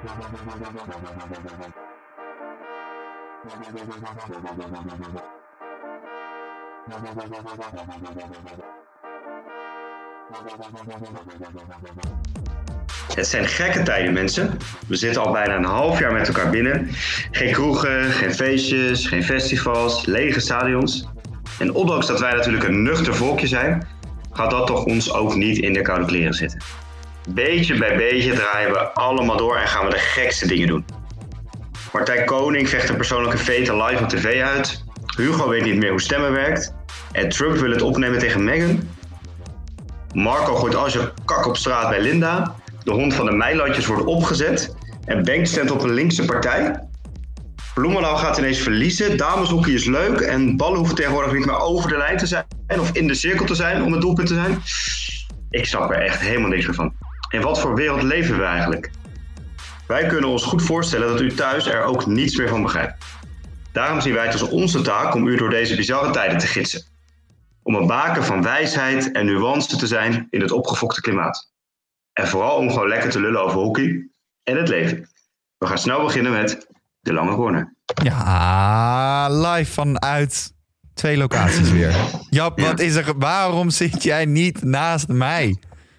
Het zijn gekke tijden, mensen. We zitten al bijna een half jaar met elkaar binnen. Geen kroegen, geen feestjes, geen festivals, lege stadions. En ondanks dat wij natuurlijk een nuchter volkje zijn, gaat dat toch ons ook niet in de koude kleren zitten. Beetje bij beetje draaien we allemaal door en gaan we de gekste dingen doen. Martijn Koning vecht een persoonlijke vete live op tv uit. Hugo weet niet meer hoe stemmen werkt. En Trump wil het opnemen tegen Meghan. Marco gooit als je kak op straat bij Linda. De hond van de Meilandjes wordt opgezet. En Bengt stemt op een linkse partij. Bloemendaal gaat ineens verliezen. Dameshockey is leuk. En ballen hoeven tegenwoordig niet meer over de lijn te zijn. Of in de cirkel te zijn om het doelpunt te zijn. Ik snap er echt helemaal niks meer van. In wat voor wereld leven we eigenlijk? Wij kunnen ons goed voorstellen dat u thuis er ook niets meer van begrijpt. Daarom zien wij het als onze taak om u door deze bizarre tijden te gidsen. Om een baken van wijsheid en nuance te zijn in het opgefokte klimaat. En vooral om gewoon lekker te lullen over hockey en het leven. We gaan snel beginnen met de lange corner. Ja, live vanuit 2 locaties weer. Jap, wat is er? Waarom zit jij niet naast mij?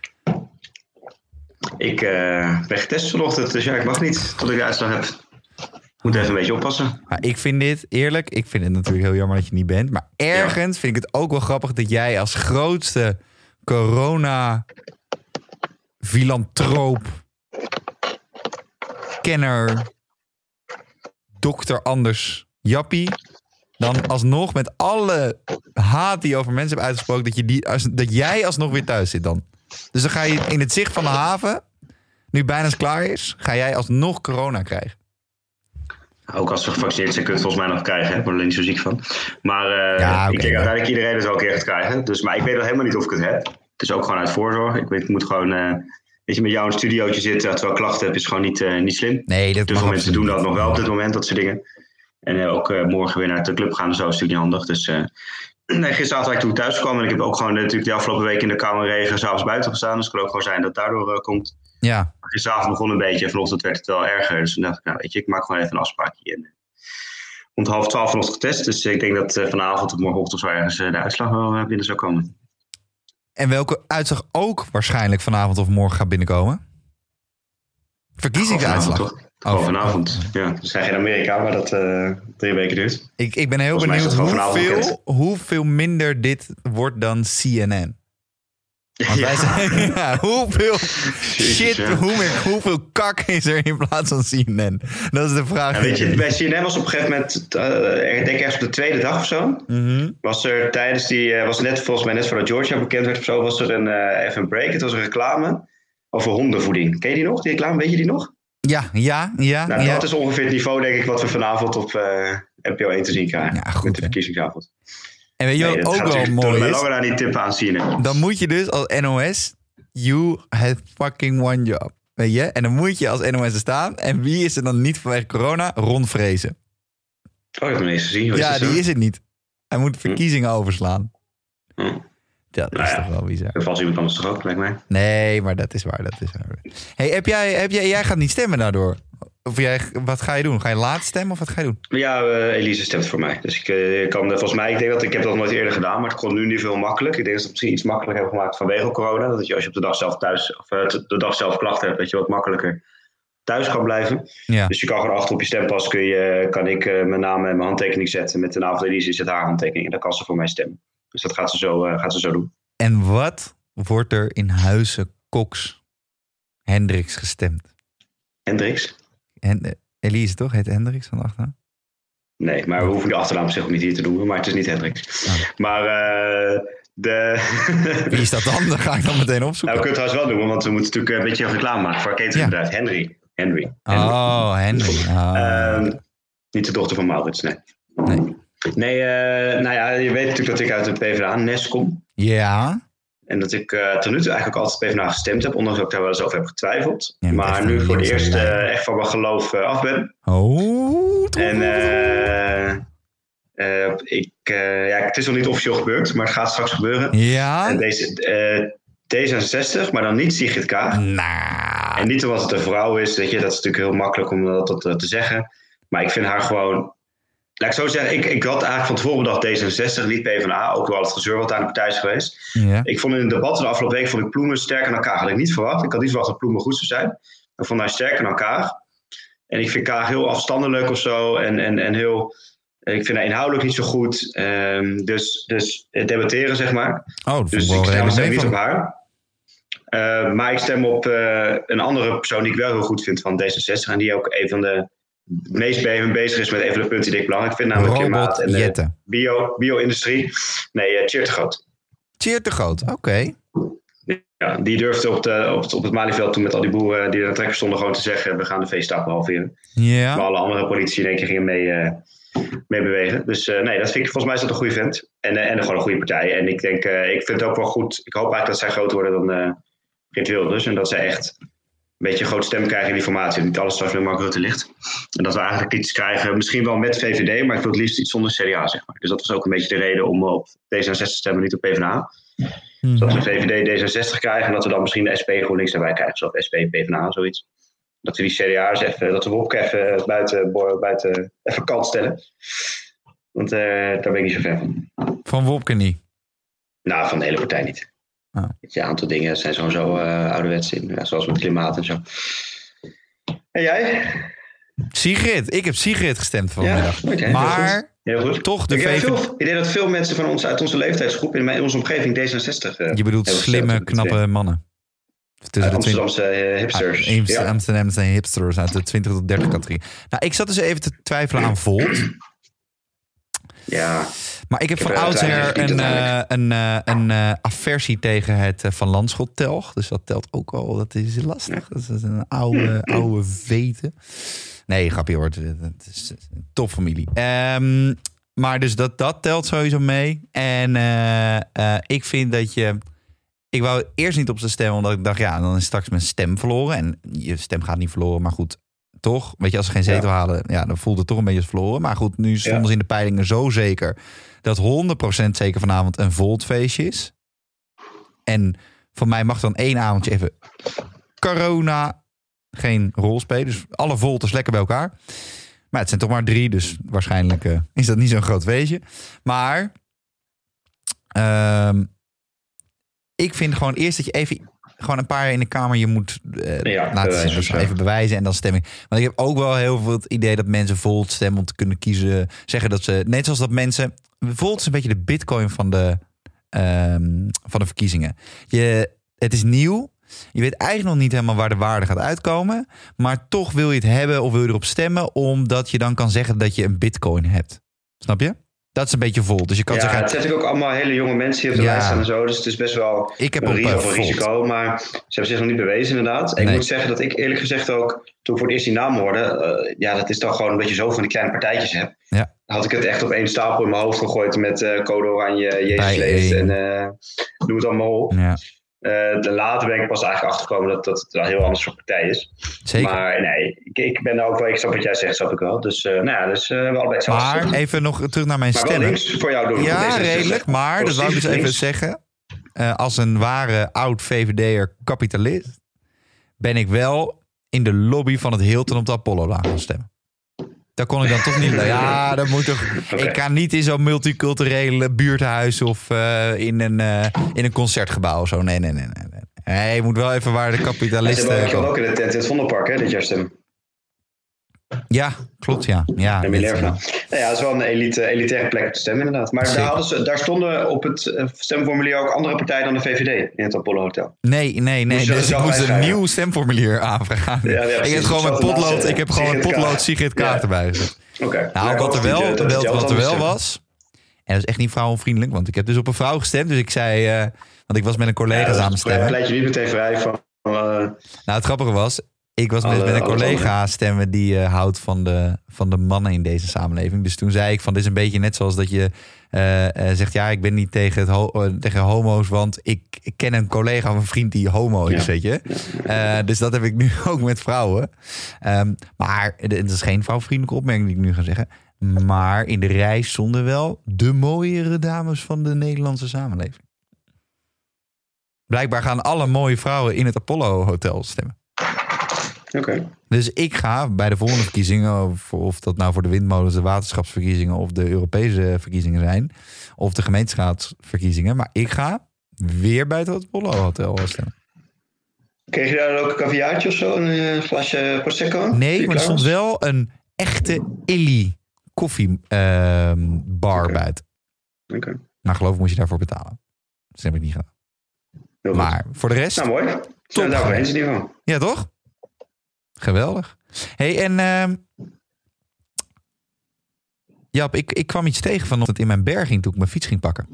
Ik ben getest vanochtend, dus ja, ik mag niet tot ik de uitslag heb. Moet even een beetje oppassen. Maar ik vind dit, eerlijk, ik vind het natuurlijk heel jammer dat je niet bent. Maar ergens vind ik het ook wel grappig dat jij als grootste corona-filantroop, kenner, dokter Anders Jappie, dan alsnog met alle haat die je over mensen hebt uitgesproken, dat jij alsnog weer thuis zit dan. Dus dan ga je in het zicht van de haven, nu bijna eens klaar is, ga jij alsnog corona krijgen. Ook als we gevaccineerd zijn, kun je het volgens mij nog krijgen. Hè? Ik word er alleen niet zo ziek van. Maar ik denk uiteindelijk iedereen het wel een keer gaat krijgen. Dus, maar ik weet nog helemaal niet of ik het heb. Het is ook gewoon uit voorzorg. Ik moet gewoon met jou in een studiootje zitten terwijl ik klachten heb, is gewoon niet slim. Nee, dat veel mensen doen dat nog wel op dit moment, dat soort dingen. En ook morgen weer naar de club gaan en zo is natuurlijk niet handig. Dus gisteravond toen ik thuis kwam en ik heb ook gewoon natuurlijk de afgelopen week in de koude regen s'avonds buiten gestaan. Dus het kan ook gewoon zijn dat het daardoor komt. Ja. Gisteravond begon een beetje en vanochtend werd het wel erger. Dus toen dacht ik, nou weet je, ik maak gewoon even een afspraakje. En om 11:30 vanochtend getest. Dus ik denk dat vanavond of morgenochtend of zo ergens de uitslag wel binnen zou komen. En welke uitslag ook waarschijnlijk vanavond of morgen gaat binnenkomen? Verkiezingsuitslag. Vanavond. Ja, we zijn geen Amerika, maar dat 3 weken duurt. Ik ben heel benieuwd hoeveel minder dit wordt dan CNN. Want wij zijn, hoeveel shit, hoeveel kak is er in plaats van CNN? Dat is de vraag. Ja, weet je, bij CNN was op een gegeven moment, ik denk ergens op de 2e dag of zo, was er tijdens volgens mij net voordat Georgia bekend werd of zo, was er even een break. Het was een reclame over hondenvoeding. Ken je die nog, die reclame? Weet je die nog? Ja. Dat is ongeveer het niveau, denk ik, wat we vanavond op NPO 1 te zien krijgen. Ja, goed, met de verkiezingsavond. En weet je wat ook wel mooi is? Langer niet tippen aan CNN. Dan moet je dus als NOS, you have fucking one job. Weet je? En dan moet je als NOS er staan. En wie is er dan niet vanwege corona? Ron Vrezen. Oh, ik heb hem niet eens gezien. Die is het niet. Hij moet verkiezingen overslaan. Dat is toch wel bizar. Er valt iemand anders toch ook, lijkt mij. Nee, maar dat is waar. Hey, jij gaat niet stemmen daardoor? Of wat ga je doen? Ga je laat stemmen of wat ga je doen? Ja, Elise stemt voor mij. Dus ik kan volgens mij, ik heb dat nooit eerder gedaan, maar het kon nu niet veel makkelijk. Ik denk dat ze het misschien iets makkelijker hebben gemaakt vanwege corona. Dat je als je op de dag zelf de dag zelf klachten hebt, dat je wat makkelijker thuis kan blijven. Ja. Dus je kan gewoon achter op je stempas kan ik mijn naam en mijn handtekening zetten. Met de naam van Elise zet haar handtekening en dan kan ze voor mij stemmen. Dus dat gaat ze zo doen. En wat wordt er in Huizen Cox Hendricks gestemd? Hendricks? Elise toch? Heet Hendricks van de achternaam? Nee, maar we hoeven de achternaam op zich ook niet hier te doen. Maar het is niet Hendricks. Ah. Maar wie is dat dan? Dan ga ik dan meteen opzoeken. Nou, we kunnen het trouwens wel doen, want we moeten natuurlijk een beetje reclame maken voor een cateringbedrijf. Henry. Oh, Henry. Niet de dochter van Maurits, nee. Nou ja, je weet natuurlijk dat ik uit de PvdA-nest kom. Ja. En dat ik tot nu toe eigenlijk ook altijd PvdA gestemd heb, ondanks dat ik daar wel eens over heb getwijfeld. Ja, maar nu voor het eerst echt van mijn geloof af ben. Oh. En het is nog niet officieel gebeurd, maar het gaat straks gebeuren. Ja. En D66, maar dan niet Sigrid Kaag. Nou. En niet omdat het een vrouw is, weet je, dat is natuurlijk heel makkelijk om dat te zeggen. Maar ik vind haar gewoon... Laat ik zo zeggen, ik had eigenlijk van tevoren bedacht D66, niet PvdA. Ook wel het gezeur wat aan de partij is geweest. Ja. Ik vond in het debat de afgelopen week vond ik Ploemen sterker dan Kaag. Had ik niet verwacht. Ik had niet verwacht dat Ploemen goed zou zijn. Ik vond haar sterker dan Kaag. En ik vind Kaag heel afstandelijk of zo. En heel... Ik vind haar inhoudelijk niet zo goed. Dus debatteren, zeg maar. Oh, dat dus vond ik wel stem niet van. op haar. Maar ik stem op een andere persoon die ik wel heel goed vind van D66. En die ook een van de meest bezig is met een van de punten die ik belangrijk vind. Namelijk klimaat en de bio-industrie. Nee, Tjeerd de Groot. Tjeerd de Groot, oké. Ja, die durfde op het Malieveld toen met al die boeren die er aan de trekker stonden gewoon te zeggen, we gaan de veestapel halveren. Ja. Maar alle andere politici in één keer gingen mee bewegen. Dus nee, dat vind ik volgens mij is dat een goede vent. En gewoon een goede partij. En ik denk, ik vind het ook wel goed. Ik hoop eigenlijk dat zij groter worden dan Geert Wilders. En dat zij echt een beetje een grote stem krijgen in die formatie. Niet alles straks met Mark Rutte ligt. En dat we eigenlijk iets krijgen, misschien wel met VVD, maar ik wil het liefst iets zonder CDA, zeg maar. Dus dat was ook een beetje de reden om op D66 te stemmen, niet op PvdA. Dus dat we VVD D66 krijgen en dat we dan misschien de SP GroenLinks erbij krijgen. Zoals SP, PvdA, zoiets. Dat we die CDA's even, dat we Wopke even buiten even kant stellen. Want daar ben ik niet zo ver van. Van Wopke niet? Nou, van de hele partij niet. Oh. Een aantal dingen zijn sowieso ouderwets in. Ja, zoals met klimaat en zo. En jij? Sigrid. Ik heb Sigrid gestemd vanmiddag. Ja, okay, maar heel goed. Toch de ik denk dat veel mensen van ons uit onze leeftijdsgroep in onze omgeving D66 je bedoelt slimme, knappe mannen. Amsterdamse hipsters. Amsterdamse hipsters uit de 20 tot 30 categorie. Nou, ik zat dus even te twijfelen aan Volt. Ja. Maar ik heb van oudsher een aversie tegen het Van Landschot-telg. Dus dat telt ook al. Dat is lastig. Dat is een oude vete. Nee, grapje hoor. Het is een topfamilie. Maar dus dat telt sowieso mee. En ik vind dat je... Ik wou eerst niet op ze stemmen, omdat ik dacht, ja, dan is straks mijn stem verloren. En je stem gaat niet verloren, maar goed, toch. Weet je, als ze geen zetel halen, ja, dan voelt het toch een beetje als verloren. Maar goed, nu stonden ze in de peilingen zo zeker dat 100% zeker vanavond een Volt-feestje is. En voor mij mag dan 1 avondje even corona geen rol spelen. Dus alle Volters lekker bij elkaar. Maar het zijn toch maar 3, dus waarschijnlijk is dat niet zo'n groot feestje. Maar... ik vind gewoon eerst dat je even gewoon een paar jaar in de Kamer je moet laten zien. Dus even bewijzen en dan stemmen. Want ik heb ook wel heel veel het idee dat mensen Volt stemmen om te kunnen kiezen. Zeggen dat ze, net zoals dat mensen... Volt is een beetje de bitcoin van de verkiezingen. Het is nieuw. Je weet eigenlijk nog niet helemaal waar de waarde gaat uitkomen. Maar toch wil je het hebben of wil je erop stemmen. Omdat je dan kan zeggen dat je een bitcoin hebt. Snap je? Dat is een beetje Volt. Dus je kan zeggen... het zijn natuurlijk ook allemaal hele jonge mensen hier op de lijst staan en zo. Dus het is best wel een risico. Maar ze hebben zich nog niet bewezen inderdaad. Ik moet zeggen dat ik eerlijk gezegd ook... Toen ik voor het eerst die naam hoorde... dat is dan gewoon een beetje zo van die kleine partijtjes heb. Ja. Had ik het echt op 1 stapel in mijn hoofd gegooid met Code Oranje, Jezus leeft en noem het allemaal op. Ja. Later ben ik pas eigenlijk achtergekomen dat het een heel ander soort partij is. Zeker. Maar nee, ik ben ook wel, ik snap wat jij zegt, snap ik wel. Dus we allebei hetzelfde. Maar even nog terug naar mijn stemmen. Maar wel links voor jou doen. Ja, redelijk. Maar dat wou ik dus even zeggen. Als een ware oud VVD'er kapitalist ben ik wel in de lobby van het Hilton op de Apollo-laan gaan stemmen. Daar kon ik dan toch niet... Ja, dat moet toch... Okay. Ik ga niet in zo'n multiculturele buurthuis of in een concertgebouw of zo. Nee. Je moet wel even waar de kapitalisten... Je had ook in de tent in het Vondelpark, hè, dit jaar stemmen. Ja, klopt, ja. Ja, dat is wel een elitaire plek te stemmen, inderdaad. Maar daar stonden op het stemformulier ook andere partijen dan de VVD in het Apollo Hotel. Nee. Dus ik moest een nieuw stemformulier aanvragen. Ja, ik heb gewoon een potlood. Ik heb gewoon een potlood Sigrid Kaag erbij gezet. Okay. Nou, wat er wel was... En dat is echt niet vrouwenvriendelijk, want ik heb dus op een vrouw gestemd. Dus ik zei... want ik was met een collega samen stemmen. Pleit je niet meteen vrij van... Nou, het grappige was... Ik was met een collega stemmen die houdt van de mannen in deze samenleving. Dus toen zei ik van, dit is een beetje net zoals dat je zegt... ja, ik ben niet tegen homo's, want ik ken een collega of een vriend die homo is, weet je. Dus dat heb ik nu ook met vrouwen. Maar het is geen vrouwvriendelijke opmerking die ik nu ga zeggen. Maar in de rij stonden wel de mooiere dames van de Nederlandse samenleving. Blijkbaar gaan alle mooie vrouwen in het Apollo Hotel stemmen. Oké. Dus ik ga bij de volgende verkiezingen, of dat nou voor de windmolens, de waterschapsverkiezingen of de Europese verkiezingen zijn, of de gemeenteraadsverkiezingen, maar ik ga weer bij het Apollo Hotel stemmen. Kreeg je daar ook een caviaatje of zo? Een glasje Prosecco? Nee, maar er stond wel een echte Illy koffiebar buiten. Oké. Maar geloof ik moest je daarvoor betalen. Dat heb ik niet gedaan. Maar voor de rest... Nou, mooi. Top. Daar eens in ieder geval. Ja, toch? Geweldig. Hey, en Jap, ik kwam iets tegen vanochtend in mijn berging toen ik mijn fiets ging pakken.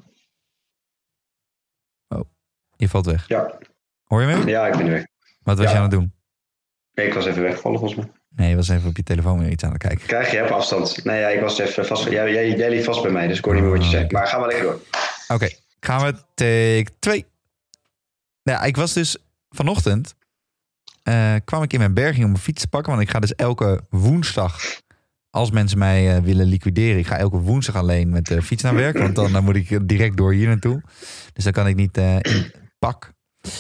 Oh, je valt weg. Ja. Hoor je me? Ja, ik ben weg. Wat was je aan het doen? Nee, ik was even weggevallen volgens mij. Nee, je was even op je telefoon weer iets aan het kijken. Krijg je op afstand. Nee, ja, ik was even vast. Jij liep vast bij mij, dus ik hoor niet meer wat je zegt. Maar ga maar lekker door. Oké, gaan we take 2. Nou, ik was dus vanochtend... kwam ik in mijn berging om mijn fiets te pakken. Want ik ga dus elke woensdag... Als mensen mij willen liquideren... Ik ga elke woensdag alleen met de fiets naar werk. Want dan moet ik direct door hier naartoe. Dus dan kan ik niet in pak.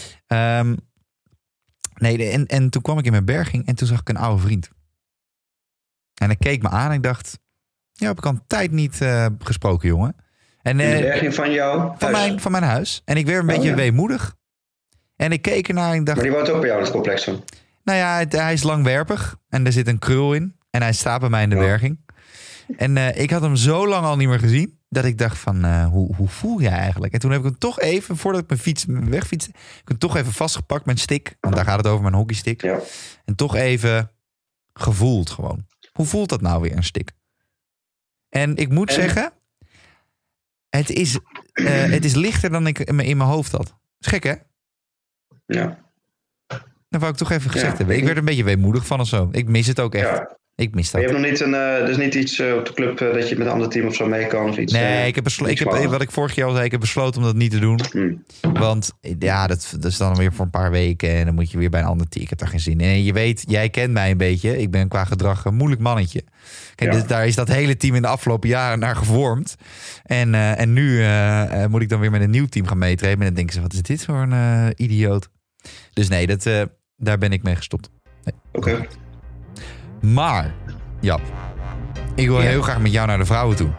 Nee, en toen kwam ik in mijn berging... En toen zag ik een oude vriend. En hij keek me aan en ik dacht... Ja, heb ik al een tijd niet gesproken, jongen. En, in de berging van jou? Van mijn huis. En ik werd een beetje weemoedig. En ik keek ernaar en ik dacht... Maar die woont ook bij jou in het complex dan? Nou ja, hij is langwerpig. En er zit een krul in. En hij staat bij mij in de berging. En ik had hem zo lang al niet meer gezien... dat ik dacht van, hoe voel jij eigenlijk? En toen heb ik hem toch even, voordat ik mijn wegfietste... heb ik hem toch even vastgepakt met stick. Want daar gaat het over, mijn hockeystick. Ja. En toch even gevoeld gewoon. Hoe voelt dat nou weer, een stick? En ik moet zeggen... Het is lichter dan ik in mijn hoofd had. Is gek, hè? Ja. Dat wou ik toch even gezegd hebben. Ik werd een beetje weemoedig van of zo. Ik mis het ook echt. Ja. Ik mis dat. Maar je hebt nog niet dus niet iets op de club dat je met een ander team of zo mee kan of iets? Nee, wat ik vorig jaar al zei, ik heb besloten om dat niet te doen. Want ja, dat is dan weer voor een paar weken en dan moet je weer bij een ander team. Ik heb daar geen zin in. En je weet, jij kent mij een beetje. Ik ben qua gedrag een moeilijk mannetje. Kijk, dus daar is dat hele team in de afgelopen jaren naar gevormd. En nu moet ik dan weer met een nieuw team gaan meetrainen. En dan denken ze, wat is dit voor een idioot? Dus nee, daar ben ik mee gestopt. Nee. Oké. Maar, Jap, ik wil heel graag met jou naar de vrouwen toe.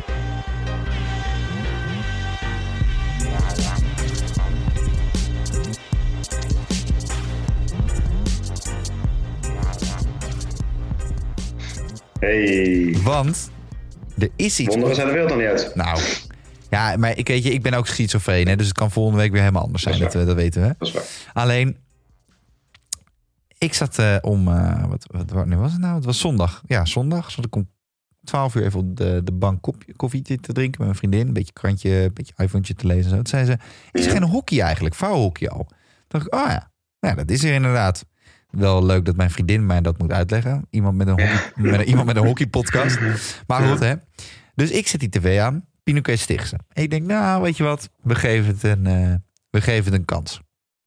Hey. Want er is iets... Wonderen zijn de wereld nog niet uit. Nou, ja, maar ik ben ook schizofreen, hè, dus het kan volgende week weer helemaal anders zijn. Dat weten we. Dat is waar. Alleen... Ik zat wanneer was het nou? Het was zondag. Ja, zondag zat ik om 12 uur even op de bank koffietje te drinken met mijn vriendin. Een beetje krantje, een beetje iPhone te lezen. En zo. Toen zei ze, is er geen hockey eigenlijk? Vrouwenhockey al? Toen dacht ik, ja, dat is er inderdaad. Wel leuk dat mijn vriendin mij dat moet uitleggen. Iemand met een hockeypodcast. Maar goed, hè. Dus ik zet die tv aan. Pinoquet Stichtse. En ik denk, nou, weet je wat? We geven het een kans.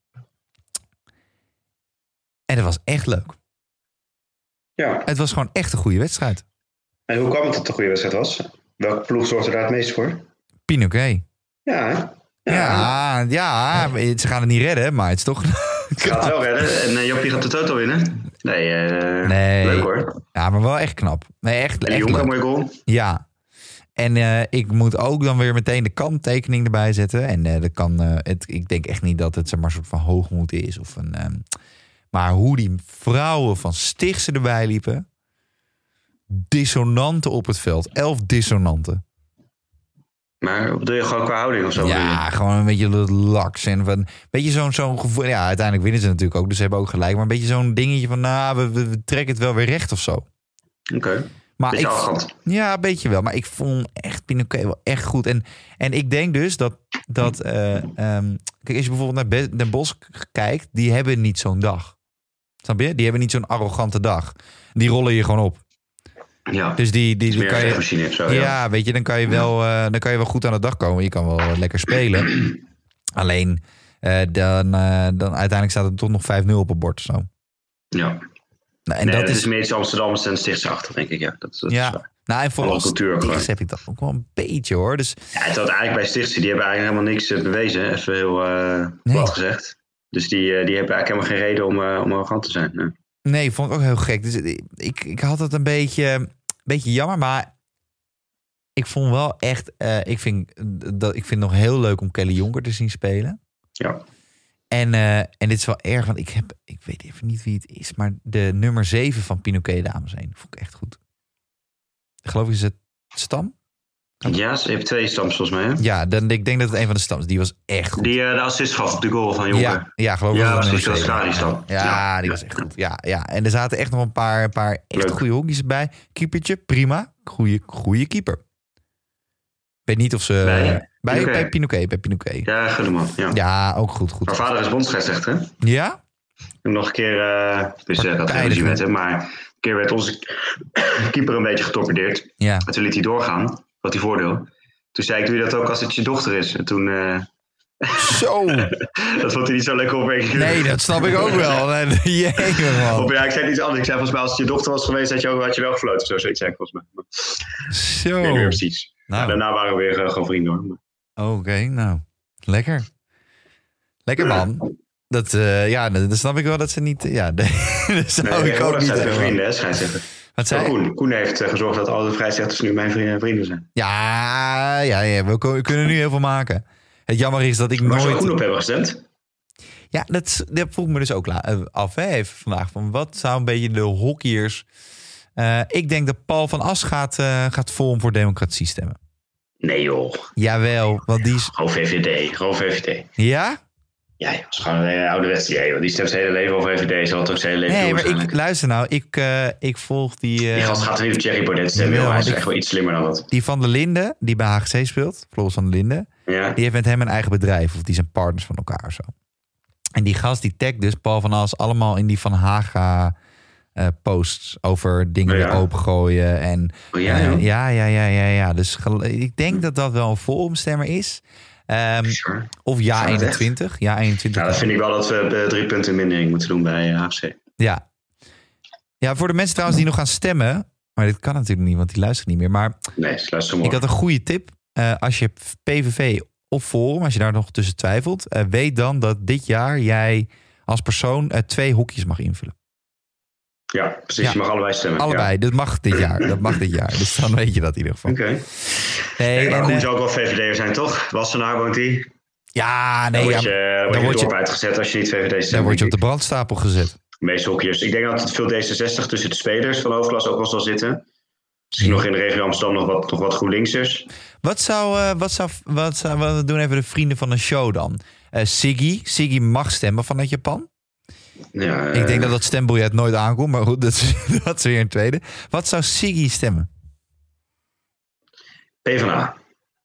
En dat was echt leuk. Ja. Het was gewoon echt een goede wedstrijd. En hoe kwam het dat het een goede wedstrijd was? Welke ploeg zorgde daar het meest voor? Pinoquet. Ja, hè? Ja, ze gaan het niet redden, maar het is toch... Het gaat wel redden. En Joppie gaat de Toto winnen. Nee. Leuk hoor. Ja, maar wel echt knap. Nee, echt Jonker, leuk. mooie goal. Ja. En ik moet ook dan weer meteen de kanttekening erbij zetten. En ik denk echt niet dat het zeg maar een soort van hoogmoed is. Of maar hoe die vrouwen van Stichtse erbij liepen. Dissonanten op het veld. 11 dissonanten. Maar bedoel je gewoon qua houding of zo? Ja, gewoon een beetje laks. En een beetje zo'n gevoel. Ja, uiteindelijk winnen ze natuurlijk ook. Dus ze hebben ook gelijk. Maar een beetje zo'n dingetje van... we trekken het wel weer recht of zo. Oké. Maar arrogant. Ja, een beetje wel. Maar ik vond echt Pinoquet wel echt goed. En ik denk dus dat kijk, als je bijvoorbeeld naar Den Bosch kijkt... die hebben niet zo'n dag. Snap je? Die hebben niet zo'n arrogante dag. Die rollen je gewoon op. Ja, dus die kan je machine of zo. Ja, weet je, dan kan je wel goed aan de dag komen. Je kan wel lekker spelen. Alleen dan uiteindelijk staat er toch nog 5-0 op het bord. Zo. Ja. Nou, en dat is meer Amsterdam en Stichtse achter, denk ik. Ja, dat is waar. Nou, en vooral Stichtse heb ik dat ook wel een beetje, hoor. Dus... Ja, het had eigenlijk bij Stichtse, die hebben eigenlijk helemaal niks bewezen. Even heel plat gezegd. Dus die hebben eigenlijk helemaal geen reden om arrogant te zijn. Nee. Nee, vond ik ook heel gek. Dus ik had het een beetje jammer, maar ik vond wel echt... ik vind het nog heel leuk om Kelly Jonker te zien spelen. Ja. En dit is wel erg, want ik weet even niet wie het is, maar de nummer 7 van Pinoquet dames heen vond ik echt goed. Geloof ik is het Stam? Ja, ze heeft 2 stams volgens mij. Hè? Ja, ik denk dat het een van de stams. Die was echt goed. Die de assist gaf op de goal van Jonker. Ja, geloof ik. Ja, precies. Dat was Stam. Ja, die was echt goed. Ja. En er zaten echt nog een paar echt goede hoekjes bij. Keepertje, prima. Goede keeper. Ik weet niet of ze... Bij Pinoquet. Ja, Gunneman. Ja, ook goed. Mijn vader is bondsscheidsrechter, hè? Ja? En nog een keer... dus dat geen ruzie met hem, maar... Een keer werd onze keeper een beetje getorpedeerd. Ja. En toen liet hij doorgaan. Wat hij voordeel. Toen zei ik, doe je dat ook als het je dochter is? En toen... Zo! Dat vond hij niet zo lekker opmerking. Nee, dat snap ik ook wel. Jee, man. Ik zei iets anders. Ik zei volgens mij, als het je dochter was geweest, had je wel gefloten. Zoiets zei ik volgens mij. Maar, zo. Ik weet niet meer precies. Nou. Daarna waren we weer gewoon vrienden, hoor. Oké, nou. Lekker. Lekker, man. Dat snap ik wel dat ze niet... Ja, dat zou ik ook niet zijn hebben. vrienden, hè, scheidsrechter. Wat zei je? Koen heeft gezorgd dat alle vrijzetters nu mijn vrienden zijn. Ja, we kunnen nu heel veel maken. Het jammer is dat ik Waar nooit... zou Koen op hebben gestemd? Ja, dat vroeg ik me dus ook af. Hè, even vandaag. Van wat zou een beetje de hockeyers... ik denk dat Paul van As gaat Forum voor Democratie stemmen. Nee, joh. Jawel, want die is... Gewoon VVD. Ja? Ja, dat is gewoon een ouderwets idee. Want die stemt zijn hele leven over VVD. Zal het ook zijn hele leven doen. Nee, maar luister nou. Ik volg die... Die gast gaat er niet op Thierry Baudet stemmen. Hij is echt wel iets slimmer dan dat. Die Van der Linden, die bij HGC speelt. Floris van der Linden. Ja. Die heeft met hem een eigen bedrijf. Of die zijn partners van elkaar of zo. En die gast die tagt dus Paul van As allemaal in die Van Haga posts over dingen weer opengooien. En, ja. Dus ik denk dat dat wel een forumstemmer is. Sure. Of Ja 21. Ja, 21. Nou, dat vind ik wel dat we 3 punten mindering moeten doen bij HFC. Ja. Ja, voor de mensen trouwens die nog gaan stemmen. Maar dit kan natuurlijk niet, want die luisteren niet meer. Maar nee, ze luisteren morgen. Ik had een goede tip. Als je PVV of Forum, als je daar nog tussen twijfelt, weet dan dat dit jaar jij als persoon 2 hokjes mag invullen. Ja, precies. Ja. Je mag allebei stemmen. Allebei. Ja. Dat mag dit jaar. Dus dan weet je dat in ieder geval. Oké. Nee, maar Koen zou ook wel VVD'er zijn, toch? Wassenaar woont die. Ja, nee. Dan word je uitgezet als je niet VVD stemt. Dan word je op de brandstapel gezet. De meeste hockeyers. Ik denk dat het veel D66 tussen de spelers van de hoofdklasse ook wel zal zitten. Misschien nog in de regio Amsterdam nog wat GroenLinksers. We doen even de vrienden van de show dan. Siggy mag stemmen vanuit Japan. Ja, ik denk dat stembiljet nooit aankomt, maar goed, dat is weer een tweede. Wat zou Siggy stemmen? PvdA.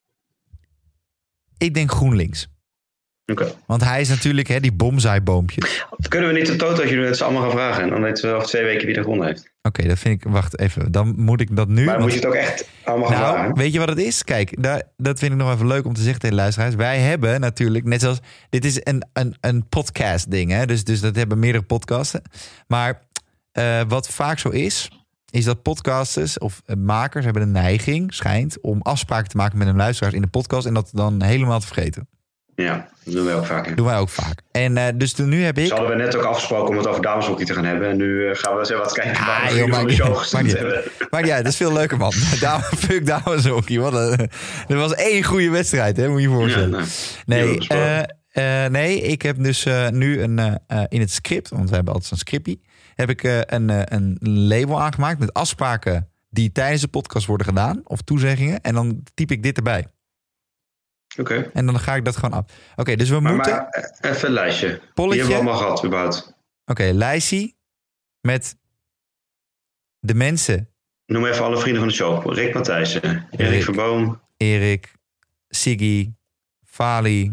Ik denk GroenLinks. Okay. Want hij is natuurlijk die bomzaaiboompje. Kunnen we niet een totootje doen dat ze allemaal gaan vragen? En dan weten we over 2 weken wie er gewonnen heeft. Oké, dat vind ik... Wacht even, dan moet ik dat nu... Maar moet je het ook echt allemaal gaan vragen? Weet je wat het is? Kijk, dat vind ik nog even leuk om te zeggen tegen de luisteraars. Wij hebben natuurlijk, net zoals... Dit is een podcast ding, hè? Dus dat hebben meerdere podcasten. Maar wat vaak zo is dat podcasters of makers hebben de neiging, schijnt, om afspraken te maken met hun luisteraars in de podcast en dat dan helemaal te vergeten. Ja, dat doen wij ook vaak. En dus nu heb ik... Ze hadden we net ook afgesproken om het over dameshockey te gaan hebben. En nu gaan we eens even wat kijken waar we van de show gestemd hebben. Maar ja, dat is veel leuker, man. Fuck dameshockey. Er was 1 goede wedstrijd, hè? Moet je je voorstellen. Ja, nee, ik heb dus nu in het script, want we hebben altijd zo'n scriptie, heb ik een label aangemaakt met afspraken die tijdens de podcast worden gedaan. Of toezeggingen. En dan typ ik dit erbij. Oké. En dan ga ik dat gewoon af. Oké, dus we moeten... Maar even een lijstje. Polletje. Die hebben we allemaal gehad, überhaupt. Oké, lijstje met de mensen. Noem even alle vrienden van de show. Rick Matthijssen, Erik Verboom. Erik, Siggy, Fali.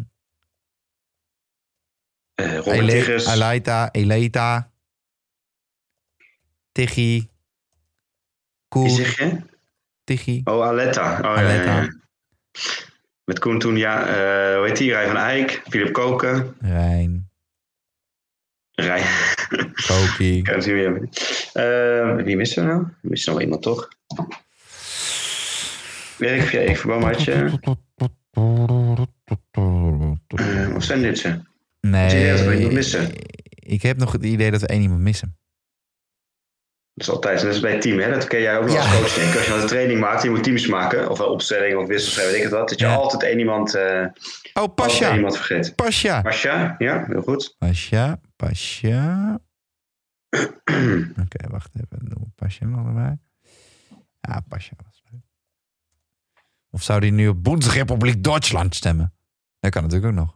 Robert Tigges. Eleta. Tiggy. Koen. Wie zeg je? Tiggy. Oh, Aletta. Ja. Met Koen toen, hoe heet die? Rijn van Eyck, Philip Koken. Rijn. Kokie. Wie missen we nou? We missen nog wel iemand, toch? Erik Verboom had je. Of zijn dit ze? Het idee dat we iemand missen. Ik heb nog het idee dat we 1 iemand missen. Dat is altijd, dat is bij het team, hè? Dat ken jij ook nog als coach, denk ik. Als je een training maakt, je moet teams maken, of opstelling of wissels, weet ik het wat, dat je altijd 1 iemand... Pasha. 1 iemand vergeet. Pasha, ja, heel goed. Pasha. Oké, wacht even. Doen Pasha nog erbij? Ja, Pasha was leuk. Of zou die nu op Bundesrepubliek Duitsland stemmen? Dat kan natuurlijk ook nog.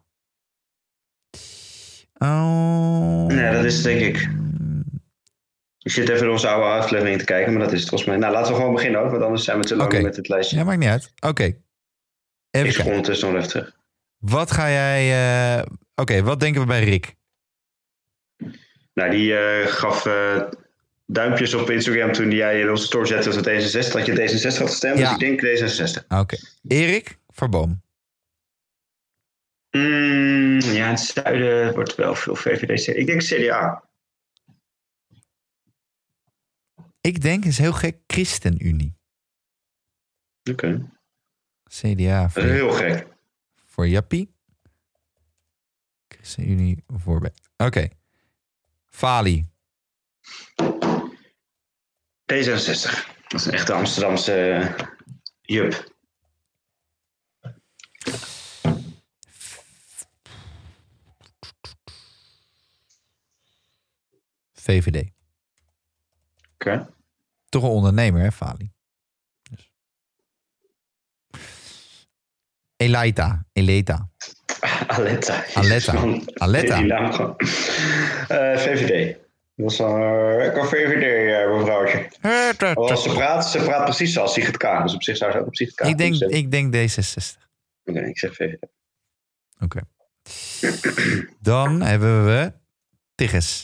Oh. Nee, dat is het, denk ik. Ik zit even in onze oude aflevering te kijken, maar dat is het volgens mij. Nou, laten we gewoon beginnen ook, want anders zijn we te lang met het lijstje. Ja, maakt niet uit. Oké. Ik scroll ondertussen nog even terug. Wat ga jij... Oké, wat denken we bij Rick? Nou, die gaf duimpjes op Instagram toen jij in onze story zette dat D66, dat je D66 had gestemd. Ja. Dus ik denk D66. Oké. Erik Verboom. Ja, in het zuiden wordt wel veel VVD. Ik denk CDA. Ik denk, is heel gek, ChristenUnie. Oké. CDA. Dat is heel gek. Voor Jappie. ChristenUnie voor Bert. Oké. Fali. D66. Dat is een echte Amsterdamse jup. VVD. Oké. Toch een ondernemer, hè, Fali? Dus. Eleta. Aletta. Die naam gewoon. VVD. Dat is een VVD, mevrouwtje. Ze praat precies zoals Sigrid Kaag. Dus op zich zou ze ook op Sigrid Kaag ik denk D66. Oké, ik zeg VVD. Oké. Dan hebben we Tigges.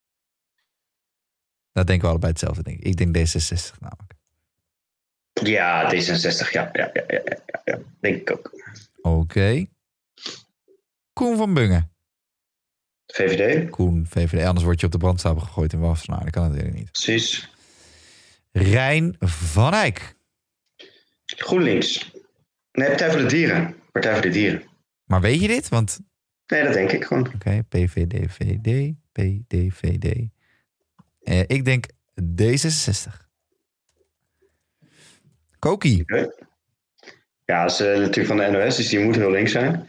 Dat denken we allebei hetzelfde, denk ik. Ik denk D66 namelijk. Ja, D66, ja. Denk ik ook. Oké. Koen van Bungen. VVD. Koen, VVD. Anders word je op de brandstapel gegooid in Wassenaar. Dat kan natuurlijk niet. Precies. Rijn van Eyck. GroenLinks. Nee, Partij voor de Dieren. Maar weet je dit? Want... Nee, dat denk ik gewoon. Oké, PVD. Ik denk D66. Koki. Okay. Ja, dat is natuurlijk van de NOS, dus die moet heel links zijn.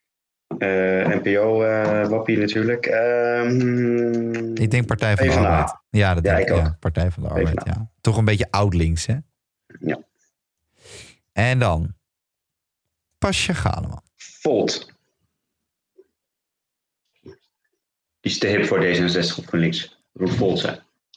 NPO-wappie natuurlijk. Ik denk Partij van de Arbeid. Ja, dat denk ik ook. Ja, Partij van de Arbeid, ja. Toch een beetje oud-links, hè? Ja. En dan Pasja Galeman. Volt. Die is te hip voor D66 of GroenLinks. Dat moet Volt zijn.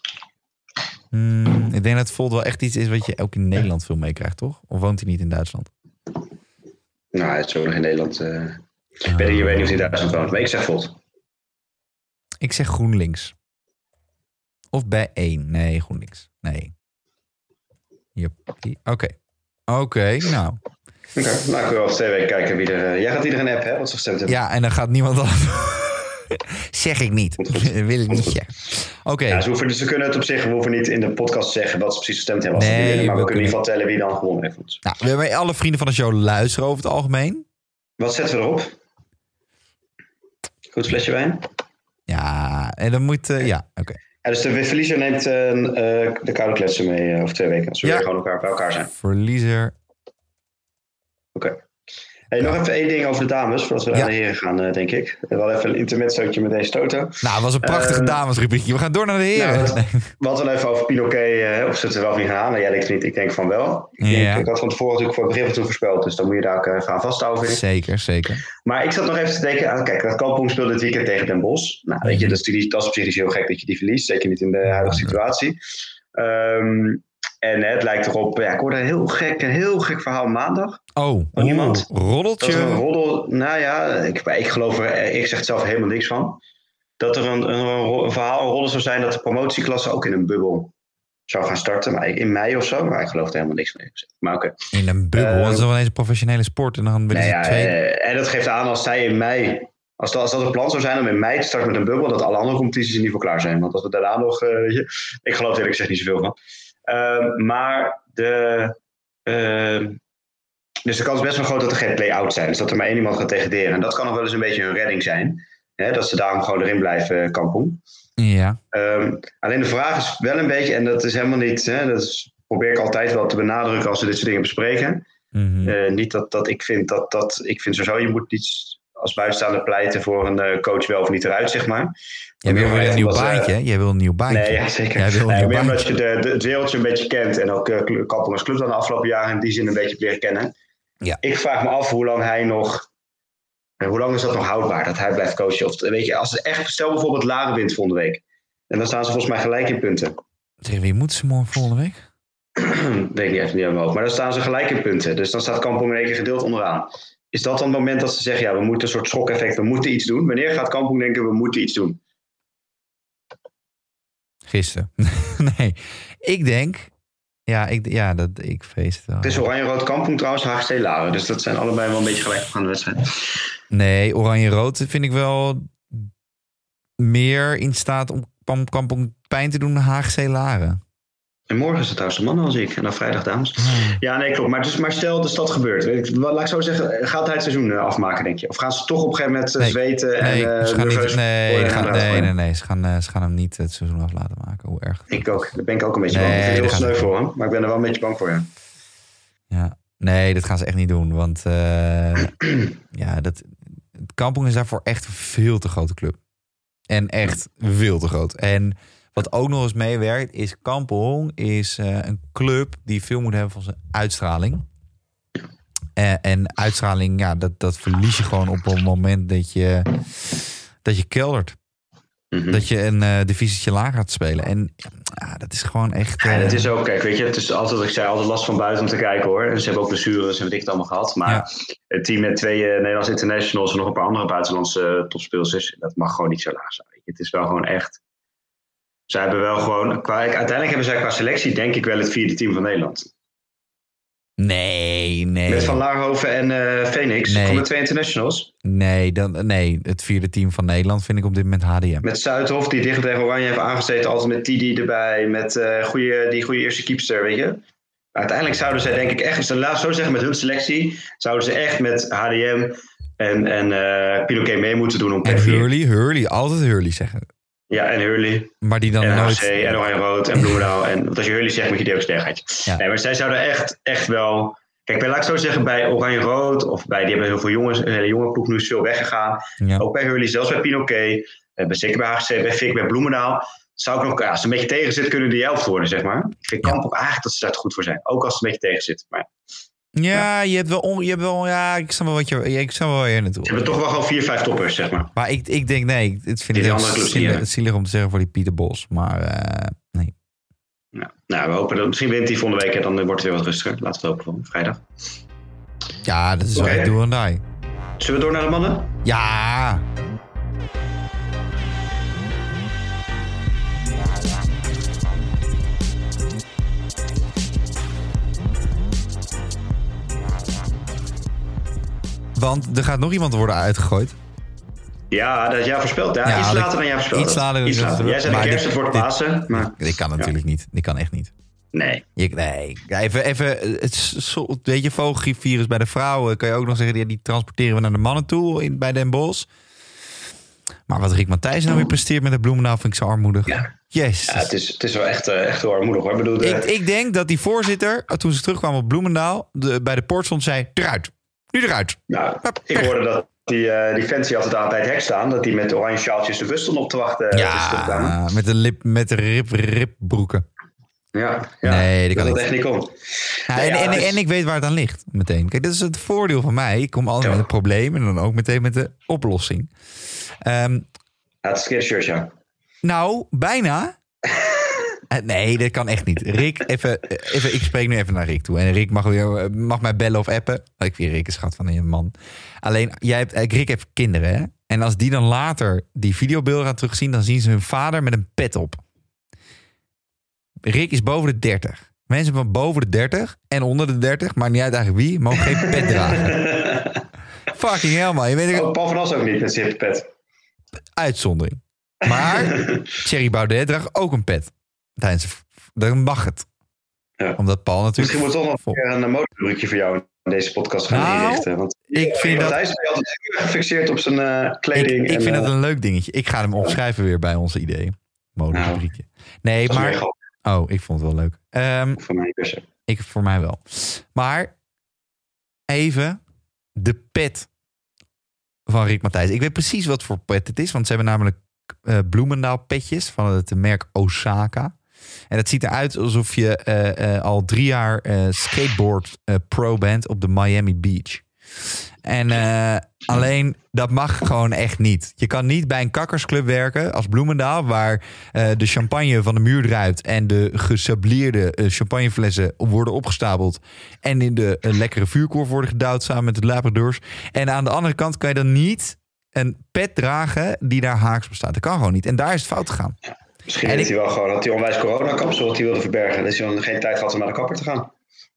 Ik denk dat Volt wel echt iets is wat je ook in Nederland veel meekrijgt, toch? Of woont hij niet in Duitsland? Nou, hij is zo nog in Nederland. Ik weet niet of hij in Duitsland woont, maar ik zeg Volt. Ik zeg GroenLinks. Of bij 1. Nee, GroenLinks. Nee. Oké, nou. Oké, nou kunnen we over 2 weken kijken wie er... Jij gaat iedereen app, hè, wat ze gestemd hebben. Ja, en dan gaat niemand anders... Zeg ik niet. Wil ik niet zeggen. Oké. Ja, ze kunnen het op zich... We hoeven niet in de podcast zeggen wat ze precies gestemd hebben. Als nee, maar we kunnen in ieder geval tellen wie dan gewonnen heeft. Nou, we hebben alle vrienden van de show luisteren over het algemeen. Wat zetten we erop? Goed flesje wijn? Ja, en dan moet... ja, oké. Ja, dus de verliezer neemt de koude kletsen mee over 2 weken. Als we weer gewoon bij elkaar zijn. Verliezer. Oké. Hey, nog even 1 ding over de dames, voordat we naar de heren gaan, denk ik. We hadden even een intermezzootje met deze Toto. Nou, het was een prachtige damesrubriekje. We gaan door naar de heren. Nou, we hadden wel even over Pinoquet, of ze het er wel van gaan halen. Jij denkt niet, ik denk van wel. Ik had van tevoren natuurlijk voor het begin toen voorspeld, dus dan moet je daar ook even aan vasthouden. Zeker. Maar ik zat nog even te denken, kijk, dat Kampong speelde dit weekend tegen Den Bosch. Nou, weet je, dat is op zich niet heel gek dat je die verliest, zeker niet in de huidige situatie. En het lijkt erop, ik hoorde een heel gek verhaal maandag. Van iemand. Roddeltje. Dat er een roddel, nou ja, ik geloof er, ik zeg het zelf helemaal niks van. Dat er een verhaal, een roddel zou zijn dat de promotieklasse ook in een bubbel zou gaan starten. Maar in mei of zo, maar ik geloof er helemaal niks van. Maar oké. In een bubbel, dat is wel eens een professionele sport. En dan willen ze 2... en dat geeft aan als zij in mei... Als dat het plan zou zijn om in mei te starten met een bubbel, dat alle andere competities in ieder geval klaar zijn. Want als we daarna nog... ik geloof er eerlijk gezegd niet zoveel van. Maar dus de kans is best wel groot dat er geen play-out zijn. Dus dat er maar 1 iemand gaat degraderen. En dat kan nog wel eens een beetje een redding zijn. Hè, dat ze daarom gewoon erin blijven, Kampong. Ja. Alleen de vraag is wel een beetje, en dat is helemaal niet, hè, probeer ik altijd wel te benadrukken als we dit soort dingen bespreken. Niet dat ik vind ik vind sowieso, je moet niet als buitenstaander pleiten voor een coach wel of niet eruit, zeg maar. Jij wil weer een nieuw baantje, Jij wil een nieuw baantje. Nee, ja, zeker. Jij wil een nieuw baantje. Omdat je het wereldje een beetje kent en ook Kampong als club dan de afgelopen jaren in die zin een beetje hebt leren kennen. Ja. Ik vraag me af hoe lang is dat nog houdbaar, dat hij blijft coachen? Of weet je, als het echt, stel bijvoorbeeld Laren wint volgende week. En dan staan ze volgens mij gelijk in punten. Tegen wie moeten ze morgen volgende week? Weet ik niet, even niet aan mijn hoofd. Maar dan staan ze gelijk in punten. Dus dan staat Kampong in één keer gedeeld onderaan. Is dat dan het moment dat ze zeggen, ja, we moeten een soort schok-effect, we moeten iets doen? Wanneer gaat Kampong denken, we moeten iets doen? Gisteren. Nee, ik denk... ik vrees het wel. Het is Oranje-Rood Kampong trouwens, HGC Laren. Dus dat zijn allebei wel een beetje gelijkgaande wedstrijden. Nee, Oranje-Rood vind ik wel meer in staat om Kampong pijn te doen dan HGC Laren. En morgen is het trouwens de mannen als ik. En dan vrijdag dames. Ja, nee, klopt. Maar stel dus dat gebeurt. Laat ik zo zeggen, gaat hij het seizoen afmaken, denk je? Of gaan ze toch op een gegeven moment zweten? Ze gaan hem niet het seizoen af laten maken. Hoe erg. Ik ook. Daar ben ik ook een beetje bang voor. Ik vind het heel sneu voor hem. Maar ik ben er wel een beetje bang voor, ja. Nee, dat gaan ze echt niet doen. Want Kampong is daarvoor echt een veel te grote club. En echt veel te groot. En wat ook nog eens meewerkt is Kampong is een club die veel moet hebben van zijn uitstraling. En uitstraling, ja, dat verlies je gewoon op het moment dat je keldert. Mm-hmm. Dat je een divisietje lager gaat spelen. En ja, dat is gewoon echt... Ja, dat is ook, kijk, weet je, het is altijd, ik zei, altijd last van buiten om te kijken, hoor. En ze hebben ook blessures en weet ik het allemaal gehad. Maar het team met 2 Nederlandse internationals en nog een paar andere buitenlandse topspelers, dat mag gewoon niet zo laag zijn. Het is wel gewoon echt... Zij hebben wel gewoon... Uiteindelijk hebben zij qua selectie denk ik wel het 4e team van Nederland. Nee. Met Van Laarhoven en Phoenix. Nee. Komen 2 internationals. Nee, het 4e team van Nederland vind ik op dit moment HDM. Met Zuidhof, die dicht tegen Oranje heeft aangezeten. Altijd met Tidi erbij. Met die goede eerste keepster, weet je. Uiteindelijk zouden zij denk ik echt... Laat ik zo zeggen, met hun selectie... Zouden ze echt met HDM en Pinoquet mee moeten doen om en Hurley, altijd Hurley zeggen. Ja, en Hurley. Maar die dan en nooit... HC, en Oranje-Rood en Bloemendaal. En want als je Hurley zegt, moet je die ook sterkheid. Ja. Nee, maar zij zouden echt wel... Kijk, laat ik zo zeggen, bij Oranje-Rood... of die hebben heel veel jongens... Een hele jonge ploeg nu is veel weggegaan. Ja. Ook bij Hurley, zelfs bij Pinoquet. Zeker bij HC, bij Fik, bij Bloemendaal. Zou ik nog... als het een beetje tegen zit, kunnen die 11 worden, zeg maar. Ik vind Kampong eigenlijk dat ze daar goed voor zijn. Ook als het een beetje tegen zit. Maar... Ja, je hebt wel, ja, ik snap wel waar je naartoe. Ze hebben toch wel gewoon 4-5 toppers, zeg maar. Maar ik denk, nee, het vind ik heel zielig om te zeggen voor die Pieter Bos. Maar nee. Nou, we hopen dat misschien wint hij volgende week en dan wordt het weer wat rustiger. Laten we het hopen voor vrijdag. Ja, dat is wel do and die. Zullen we door naar de mannen? Ja. Want er gaat nog iemand worden uitgegooid. Ja, dat is jou voorspeld. Ja, iets later dan jij voorspeld. Iets later. Jij zei de kerst, het wordt Pasen. Maar... Dit kan natuurlijk niet. Dit kan echt niet. Nee. Even weet je, vogelgriepvirus bij de vrouwen. Kan je ook nog zeggen, die transporteren we naar de mannen toe bij Den Bosch. Maar wat Rick Matthijs nou weer presteert met de Bloemendaal vind ik zo armoedig. Ja. Yes. Ja, het is wel echt heel armoedig, hoor. Ik denk dat die voorzitter, toen ze terugkwamen op Bloemendaal, bij de poort stond, zei, eruit. Nu eruit. Nou, ik hoorde dat die fans die altijd aan bij het hek staan, dat die met oranje sjaaltjes de bus stonden op te wachten. Ja, met de ripbroeken. Ja, nee, dat kan echt niet komen. Ja, en ik weet waar het aan ligt, meteen. Kijk, dat is het voordeel van mij. Ik kom altijd met het probleem en dan ook meteen met de oplossing. Het is een keer shirt, ja. Nou, bijna. Nee, dat kan echt niet. Rick, even, ik spreek nu even naar Rick toe. En Rick mag mij bellen of appen. Ik vind Rick een schat van een man. Alleen, Rick heeft kinderen, hè? En als die dan later die videobeelden gaan terugzien, dan zien ze hun vader met een pet op. Rick is boven de 30. Mensen van boven de 30 en onder de 30, maakt niet uit eigenlijk wie, mogen geen pet dragen. Fucking hell, man. Je weet Paul van As ook niet met zijn pet. Uitzondering. Maar Thierry Baudet draagt ook een pet. Dan mag het. Ja. Omdat Paul natuurlijk... Misschien moet toch nog een moderubriekje voor jou deze podcast gaan inrichten. Want ik vind dat... Thijs is altijd gefixeerd op zijn kleding. Ik vind dat een leuk dingetje. Ik ga hem opschrijven weer bij onze ideeën. Moderubriekje. Nee, maar... ik vond het wel leuk. Voor mij niet. Voor mij wel. Maar even de pet van Rick Matthijs. Ik weet precies wat voor pet het is. Want ze hebben namelijk Bloemendaal petjes van het merk Osaka. En het ziet eruit alsof je al 3 jaar skateboard pro bent op de Miami Beach. En alleen, dat mag gewoon echt niet. Je kan niet bij een kakkersclub werken als Bloemendaal, waar de champagne van de muur druipt en de gesableerde champagneflessen worden opgestapeld en in de lekkere vuurkorf worden gedouwd samen met de labradors. En aan de andere kant kan je dan niet een pet dragen die daar haaks op staat. Dat kan gewoon niet. En daar is het fout gegaan. Ja, misschien had hij wel gewoon onwijs coronakapsel wat hij wilde verbergen. Dus hij dan geen tijd gehad om naar de kapper te gaan.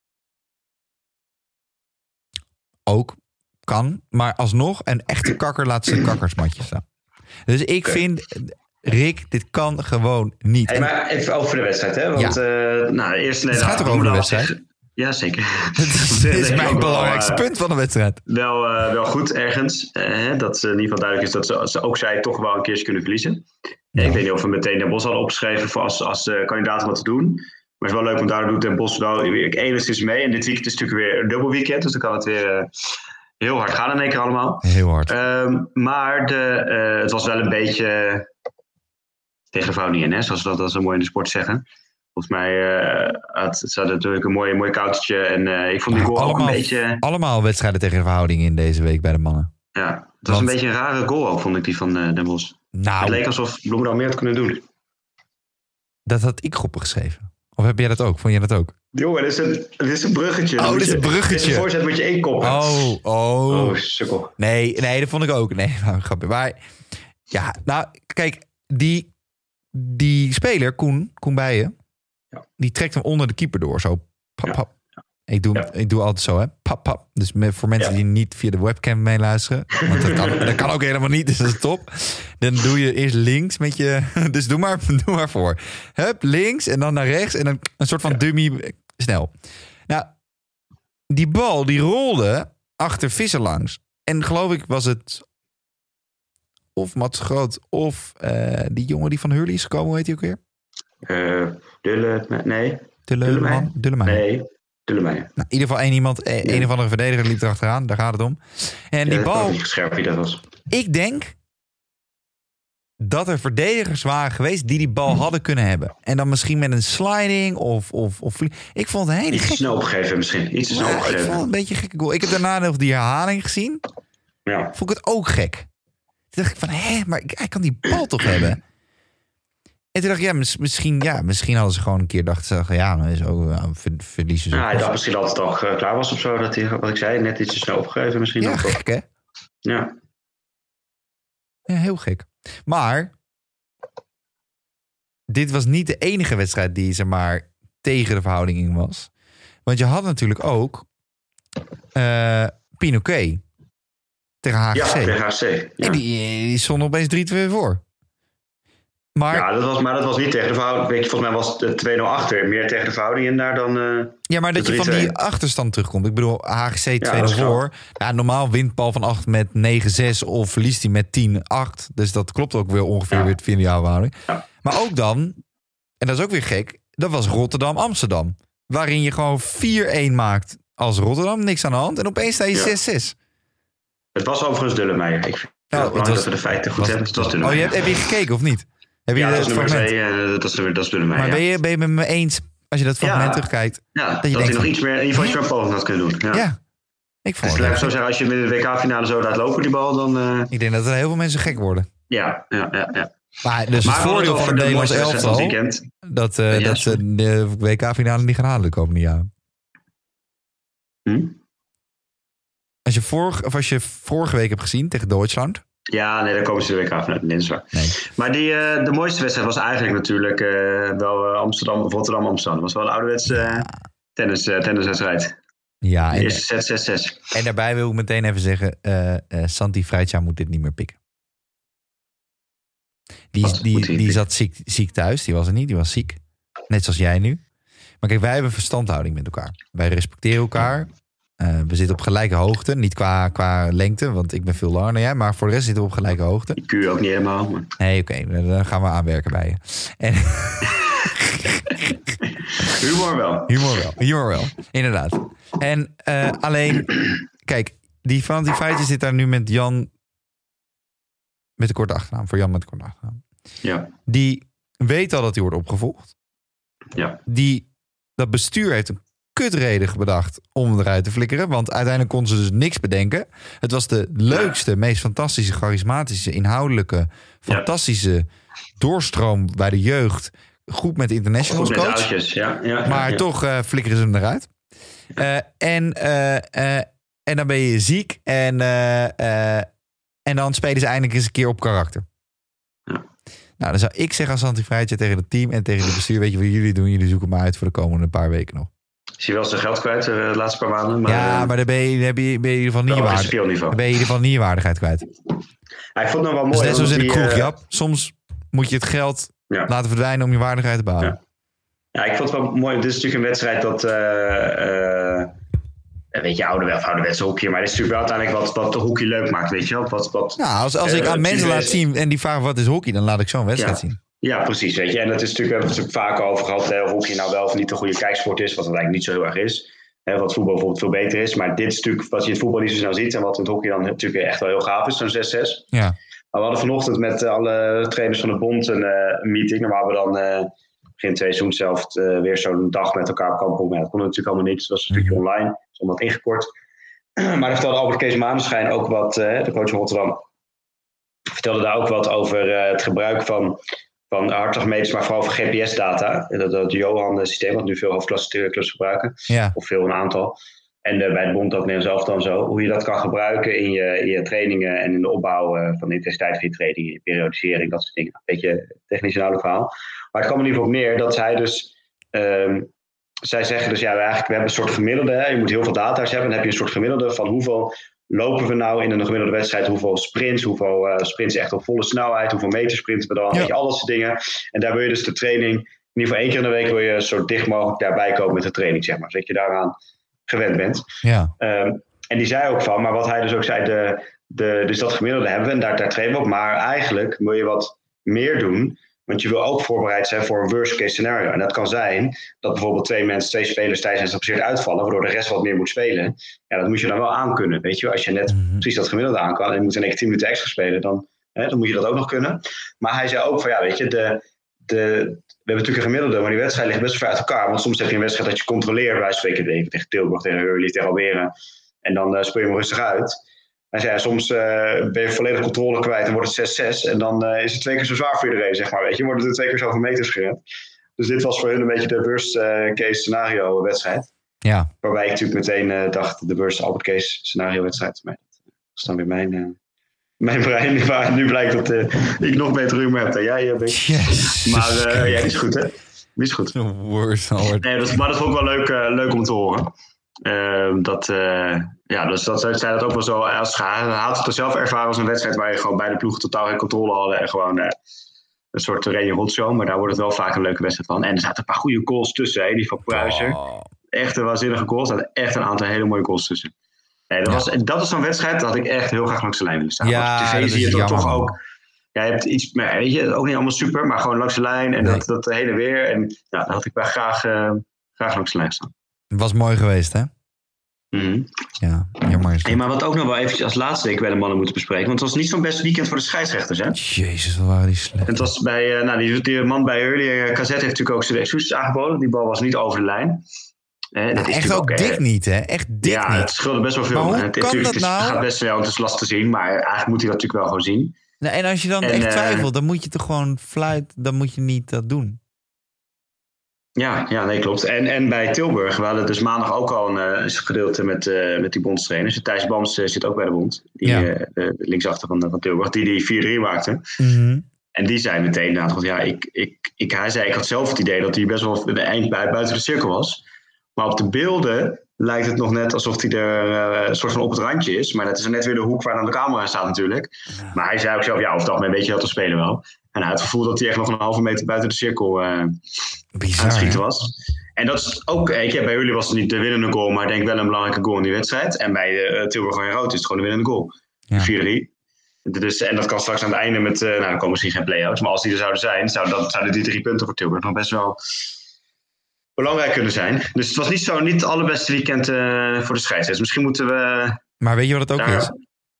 Ook kan, maar alsnog een echte kakker laat zijn kakkersmatje staan. Dus ik vind, Rick, dit kan gewoon niet. Hey, maar even over de wedstrijd, hè? Want eerst het gaat toch over de wedstrijd? Ja, zeker. Het is mijn belangrijkste punt van de wedstrijd. Wel goed ergens. Dat in ieder geval duidelijk is dat ze ook zij toch wel een keertje kunnen verliezen. Ja. Ik weet niet of we meteen Den Bosch hadden opgeschreven voor als kandidaat wat te doen. Maar het is wel leuk, want daardoor doet Den Bosch wel weer enigszins mee. En dit weekend is natuurlijk weer een dubbel weekend. Dus dan kan het weer heel hard gaan in één keer allemaal. Heel hard. Maar het was wel een beetje tegen de vrouw niet in. Hè? Zoals we dat zo mooi in de sport zeggen. Volgens mij het zat natuurlijk een mooi koutertje. En ik vond die goal ook een beetje... Allemaal wedstrijden tegen de verhouding in deze week bij de mannen. Ja, het was een beetje een rare goal ook, vond ik, die van Den Bosch. Nou, het leek alsof Bloemendaal meer had kunnen doen. Dat had ik opgeschreven. Of heb jij dat ook? Vond jij dat ook? Jongen, dit is een bruggetje. Oh, dit is een bruggetje. Deze voorzet moet je inkoppen. Oh, sukkel. Nee, dat vond ik ook. Nee, grapje. Maar ja, nou, kijk, die speler, Koen Bijen, die trekt hem onder de keeper door. Zo, pap. Ik doe altijd zo, hè. Pap. Dus voor mensen die niet via de webcam meeluisteren. Want dat kan ook helemaal niet, dus dat is top. Dan doe je eerst links met je... Dus doe maar voor. Hup, links en dan naar rechts. En dan een soort van dummy snel. Nou, die bal die rolde achter Visser langs. En geloof ik was het... Of Mats Groot of die jongen die van Hurley is gekomen. Hoe heet hij ook weer? Dullemeijer. Nee, Dullemeijer. Nou, in ieder geval een of andere verdediger liep erachteraan. Daar gaat het om. En die bal... niet scherp wie dat was. Ik denk dat er verdedigers waren geweest die bal hadden kunnen hebben. En dan misschien met een sliding of ik vond het een hele Iets te snel opgegeven misschien. Iets te snel opgegeven. Ik vond het een beetje een gekke goal. Ik heb daarna nog die herhaling gezien. Ja. Vond ik het ook gek. Toen dacht ik van, maar hij kan die bal toch hebben? En toen dacht ik, misschien hadden ze gewoon een keer dachten verliezen ze. Ja, hij dacht misschien dat het al klaar was of zo. Dat hij, wat ik zei, net iets te snel opgegeven misschien. Ja, gek hè? Ja. Ja, heel gek. Maar dit was niet de enige wedstrijd die zeg maar tegen de verhouding in was. Want je had natuurlijk ook Pinoquet tegen HGC. Ja, tegen HGC. Ja. En die stond opeens 3-2 voor. Maar dat was niet tegen de verhouding. Weet je, volgens mij was het 2-0 achter. Meer tegen de verhouding en daar dan... ja, maar dat je van die achterstand terugkomt. Ik bedoel, HGC 2-0 voor. Ja, normaal wint Paul van 8 met 9-6 of verliest hij met 10-8. Dus dat klopt ook weer ongeveer weer de verhouding. Ja. Maar ook dan, en dat is ook weer gek, dat was Rotterdam-Amsterdam. Waarin je gewoon 4-1 maakt als Rotterdam, niks aan de hand. En opeens sta je 6-6. Het was overigens Dullemeijer. Ik vind het belangrijk dat we de feiten goed hebben. Het was Dullemeijer. Heb je gekeken of niet? Heb je dat is nummer 2, dat is Dullemeijer. Maar ben je met me eens, als je dat fragment terugkijkt... dat hij nog iets meer, in ieder geval iets meer poging had kunnen doen. Ja. Ik vond het. Laat ik zo zeggen, als je met de WK-finale zo laat lopen die bal, dan... Ik denk dat er heel veel mensen gek worden. Ja. Maar dus het voordeel van het Nederlands elftal... dat ze de WK-finale niet gaan halen de komende jaren. Als je vorige week hebt gezien tegen Duitsland... Ja, nee, daar komen ze de WK vanuit. Nee, dat is waar. Nee. Maar de mooiste wedstrijd was eigenlijk natuurlijk wel Rotterdam-Amsterdam. Dat was wel een ouderwetse tenniswedstrijd. Ja, de eerste set 6-6. En daarbij wil ik meteen even zeggen... Santi Freitja moet dit niet meer pikken. Die zat ziek thuis. Die was er niet, die was ziek. Net zoals jij nu. Maar kijk, wij hebben verstandhouding met elkaar. Wij respecteren elkaar. We zitten op gelijke hoogte. Niet qua lengte, want ik ben veel langer dan jij. Maar voor de rest zitten we op gelijke hoogte. Ik kun je ook niet helemaal. Maar... Nee, oké. Dan gaan we aanwerken bij je. En... Humor wel. Inderdaad. En alleen... Kijk, die Valentin Feitje zit daar nu met Jan... Met de korte achternaam. Voor Jan met de korte achternaam. Ja. Die weet al dat hij wordt opgevolgd. Ja. Dat bestuur heeft een kutreden bedacht om eruit te flikkeren. Want uiteindelijk konden ze dus niks bedenken. Het was de leukste, meest fantastische, charismatische, inhoudelijke, fantastische doorstroom bij de jeugd. Goed met de internationals coach. Oudjes, ja. Maar toch flikkeren ze hem eruit. En dan ben je ziek. En dan spelen ze eindelijk eens een keer op karakter. Ja. Nou, dan zou ik zeggen als anti-vrijtje tegen het team en tegen het bestuur. Weet je wat jullie doen? Jullie zoeken maar uit voor de komende paar weken nog. Is hij wel zijn geld kwijt de laatste paar maanden? Maar dan ben je in ieder geval niet je waardigheid. Dan ben je in ieder geval niet je waardigheid kwijt. Ja, ik vond het nog wel mooi. Dus net zoals in de kroeg, Jap. Soms moet je het geld laten verdwijnen om je waardigheid te behouden. Ja, ik vond het wel mooi. Dit is natuurlijk een wedstrijd dat... weet je, ouderwetse hockey. Maar dit is natuurlijk wel uiteindelijk wat de hockey leuk maakt, weet je wel. Als ik aan mensen laat zien en die vragen wat is hockey, dan laat ik zo'n wedstrijd zien. Ja, precies, weet je. En dat is natuurlijk, we hebben het vaak over gehad, of hockey nou wel of niet een goede kijksport is, wat het eigenlijk niet zo heel erg is. Wat voetbal bijvoorbeeld veel beter is. Maar dit is natuurlijk wat je in het voetbal niet zo snel ziet en wat in het hockey dan natuurlijk echt wel heel gaaf is, zo'n 6-6. Ja. Maar we hadden vanochtend met alle trainers van de bond een meeting. Normaal hebben we dan begin seizoen zelf weer zo'n dag met elkaar op kamp. Maar dat kon natuurlijk allemaal niet, dus dat was een stukje online. Dat is allemaal wat ingekort. Maar daar vertelde Albert Kees Maneschijn ook wat, de coach van Rotterdam, vertelde daar ook wat over het gebruik van hartslagmeters, maar vooral van GPS-data. Dat Johan-systeem, wat nu veel hoofdklasse gebruiken. Ja. Of veel, een aantal. En bij de bond ook Nederlands zelf dan zo. Hoe je dat kan gebruiken in je trainingen en in de opbouw van de intensiteit van je training, je periodisering, dat soort dingen. Een beetje technisch inhoudelijk verhaal. Maar het kwam in ieder geval op neer dat zij dus... zij zeggen dus, we hebben een soort gemiddelde. Hè? Je moet heel veel data's hebben. Dan heb je een soort gemiddelde van hoeveel lopen we nou in een gemiddelde wedstrijd. Hoeveel sprints echt op volle snelheid. Hoeveel meter sprinten we dan. Weet je, al dat soort dingen. En daar wil je dus de training, in ieder geval 1 keer in de week, wil je zo dicht mogelijk daarbij komen met de training, zeg maar. Zodat je daaraan gewend bent. Ja. En die zei ook van, maar wat hij dus ook zei, dus dat gemiddelde hebben we en daar trainen we op. Maar eigenlijk wil je wat meer doen. Want je wil ook voorbereid zijn voor een worst case scenario. En dat kan zijn dat bijvoorbeeld 2 spelers tijdens het geblesseerd uitvallen, waardoor de rest wat meer moet spelen. Ja, dat moet je dan wel aankunnen. Weet je, als je net precies dat gemiddelde aan kan en je moet in 10 minuten extra spelen, dan moet je dat ook nog kunnen. Maar hij zei ook van, weet je, we hebben natuurlijk een gemiddelde, maar die wedstrijd ligt best ver uit elkaar. Want soms heb je een wedstrijd dat je controleert, bij spreken even tegen Tilburg, tegen Hurley, tegen Almere. En dan speel je hem rustig uit. Hij zei, soms ben je volledig controle kwijt en wordt het 6-6. En dan is het 2 keer zo zwaar voor iedereen, zeg maar. Weet je, wordt het 2 keer zoveel meters gerend. Dus dit was voor hun een beetje de worst case scenario wedstrijd. Ja. Waarbij ik natuurlijk meteen dacht, de worst Albert Case scenario wedstrijd. Maar dat is dan weer mijn brein. Maar nu blijkt dat ik nog beter humor heb dan jij, Bik. Yes. Maar die is goed, hè? Die is goed. Worst. Nee, maar dat vond ik wel leuk om te horen. Dus dat zei dat ook wel zo. Hij had het er zelf ervaren als een wedstrijd waar je gewoon beide ploegen totaal geen controle hadden. En gewoon een soort René Rotshow. Maar daar wordt het wel vaak een leuke wedstrijd van. En er zaten een paar goede goals tussen. Hè, die van Pruiser. Echt een waanzinnige goals. Er zaten echt een aantal hele mooie goals tussen. Nee, dat is zo'n wedstrijd dat ik echt heel graag langs de lijn willen staan. Ja, op tv zie je het toch ook. Ja, je hebt iets, weet je, ook niet allemaal super. Maar gewoon langs de lijn. En dat heen en weer. En daar had ik wel graag langs de lijn staan. Het was mooi geweest, hè? Mm-hmm. Ja, jammer. Maar wat ook nog wel eventjes als laatste week bij de mannen moeten bespreken. Want het was niet zo'n best weekend voor de scheidsrechters, hè? Jezus, wat waren die slecht. Het was bij, die man bij Hurley, Kazet heeft natuurlijk ook zijn excuses aangeboden. Die bal was niet over de lijn. Dat is echt ook dik niet, hè? Echt dik niet. Ja, het scheelde best wel veel. Maar hoe kan dat nou? Het gaat best wel, het is lastig te zien. Maar eigenlijk moet hij dat natuurlijk wel gewoon zien. Nou, en als je dan echt twijfelt, dan moet je toch gewoon dan moet je niet dat doen. Ja, nee, klopt. En bij Tilburg, we hadden dus maandag ook al een gedeelte met die bondstrainers. Thijs Bams zit ook bij de bond. De linksachter van Tilburg, die 4-3 maakte. Mm-hmm. En die zei meteen inderdaad, hij zei, ik had zelf het idee dat hij best wel de eind buiten de cirkel was. Maar op de beelden lijkt het nog net alsof hij er een soort van op het randje is. Maar dat is net weer de hoek waar dan de camera staat natuurlijk. Ja. Maar hij zei ook zelf, over het algemeen weet je dat te spelen wel. En hij had het gevoel dat hij echt nog een halve meter buiten de cirkel aan het schieten was. En dat is ook, bij jullie was het niet de winnende goal, maar ik denk wel een belangrijke goal in die wedstrijd. En bij Tilburg en Rood is het gewoon de winnende goal. Ja. 4-3. Dus, en dat kan straks aan het einde met, er komen misschien geen play-outs, maar als die er zouden zijn, zouden die 3 punten voor Tilburg nog best wel belangrijk kunnen zijn. Dus het was niet het allerbeste weekend voor de scheidsrechters. Misschien moeten we... Maar weet je wat het ook is?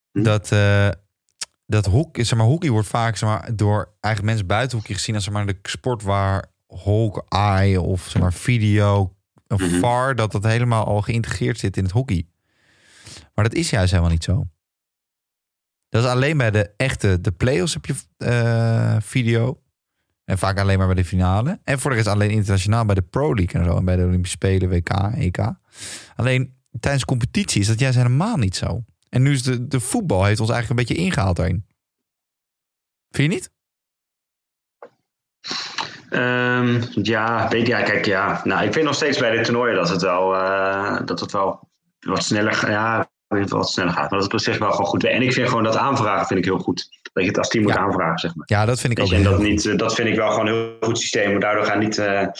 Dat hockey wordt vaak door eigen mensen buiten hockey gezien als de sport waar Hawkeye of video of VAR, dat helemaal al geïntegreerd zit in het hockey. Maar dat is juist helemaal niet zo. Dat is alleen bij de play-offs heb je video. En vaak alleen maar bij de finale. En voor de rest alleen internationaal bij de Pro League en zo. En bij de Olympische Spelen, WK, EK. Alleen tijdens competitie is dat juist helemaal niet zo. En nu is de voetbal heeft ons eigenlijk een beetje ingehaald daarin. Vind je niet? Nou, ik vind nog steeds bij de toernooien dat het wel wat sneller gaat. Maar dat het op zich wel gewoon goed. En ik vind gewoon dat aanvragen vind ik heel goed. Dat je het als team moet aanvragen, zeg maar. Ja, dat vind ik ook. En dat vind ik wel gewoon een heel goed systeem. Maar daardoor gaan niet...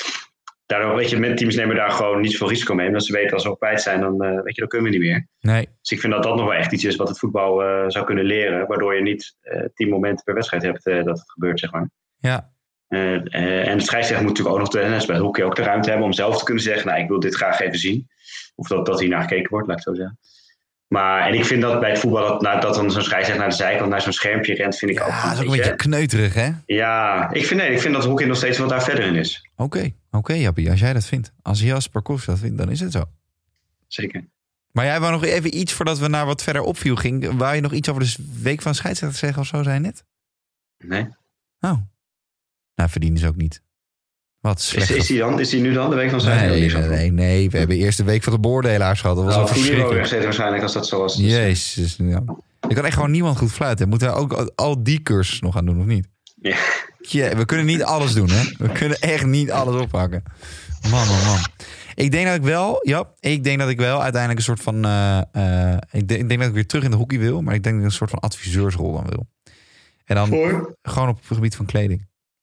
teams nemen daar gewoon niet zoveel risico mee. Omdat ze weten als we op kwijt zijn, dan kunnen we niet meer. Nee. Dus ik vind dat nog wel echt iets is wat het voetbal zou kunnen leren. Waardoor je niet 10 momenten per wedstrijd hebt dat het gebeurt, zeg maar. Ja. En de scheidsrechter moet natuurlijk ook nog bij het hockey ook de ruimte hebben om zelf te kunnen zeggen, ik wil dit graag even zien. Of dat hier naar gekeken wordt, laat ik het zo zeggen. En ik vind dat bij het voetbal dat dan zo'n scheidsrechter naar de zijkant naar zo'n schermpje rent, vind ik ook dat is ook een beetje kneuterig, hè? Ja, ik vind dat hockey nog steeds wat daar verder in is. Oké, Jappie, als jij dat vindt. Als Jasper Koos dat vindt, dan is het zo. Zeker. Maar jij wou nog even iets voordat we naar wat verder opviel ging. Wou je nog iets over de week van scheidsrechter zeggen of zo, zei je net? Nee. Oh. Nou, verdienen ze ook niet. Wat slecht. Is die nu dan, de week van scheidsrechter? Nee. We hebben eerst de week van de beoordelaars gehad. Dat was al verschrikkelijk. Gezeten waarschijnlijk als dat zo was. Jezus. Ja. Er kan echt gewoon niemand goed fluiten. Moeten we ook al die cursus nog gaan doen, of niet? Ja. We kunnen niet alles doen, hè? We kunnen echt niet alles oppakken. Man. Ik denk dat ik wel uiteindelijk een soort van... ik denk dat ik weer terug in de hockey wil. Maar ik denk dat ik een soort van adviseursrol dan wil. En dan gewoon op het gebied van kleding.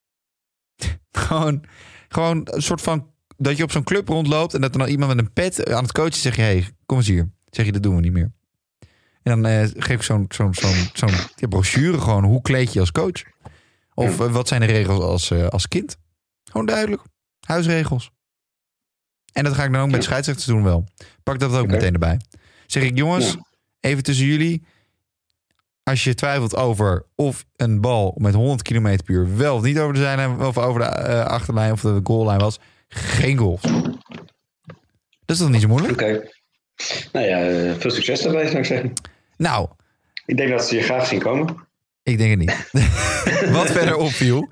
Gewoon een soort van... Dat je op zo'n club rondloopt en dat er dan iemand met een pet aan het coachen zegt... Hey, kom eens hier. Zeg je, dat doen we niet meer. En dan geef ik zo'n brochure gewoon. Hoe kleed je als coach? Of wat zijn de regels als kind? Gewoon duidelijk. Huisregels. En dat ga ik dan ook met scheidsrechters doen wel. Pak dat ook meteen erbij. Zeg ik, jongens, even tussen jullie. Als je twijfelt over of een bal met 100 km per uur wel of niet over de zijlijn of over de achterlijn of de goallijn was, geen goals. Dat is toch niet zo moeilijk? Oké. Nou ja, veel succes daarbij, zou ik zeggen. Nou. Ik denk dat ze je graag zien komen. Ik denk het niet. Wat verder opviel.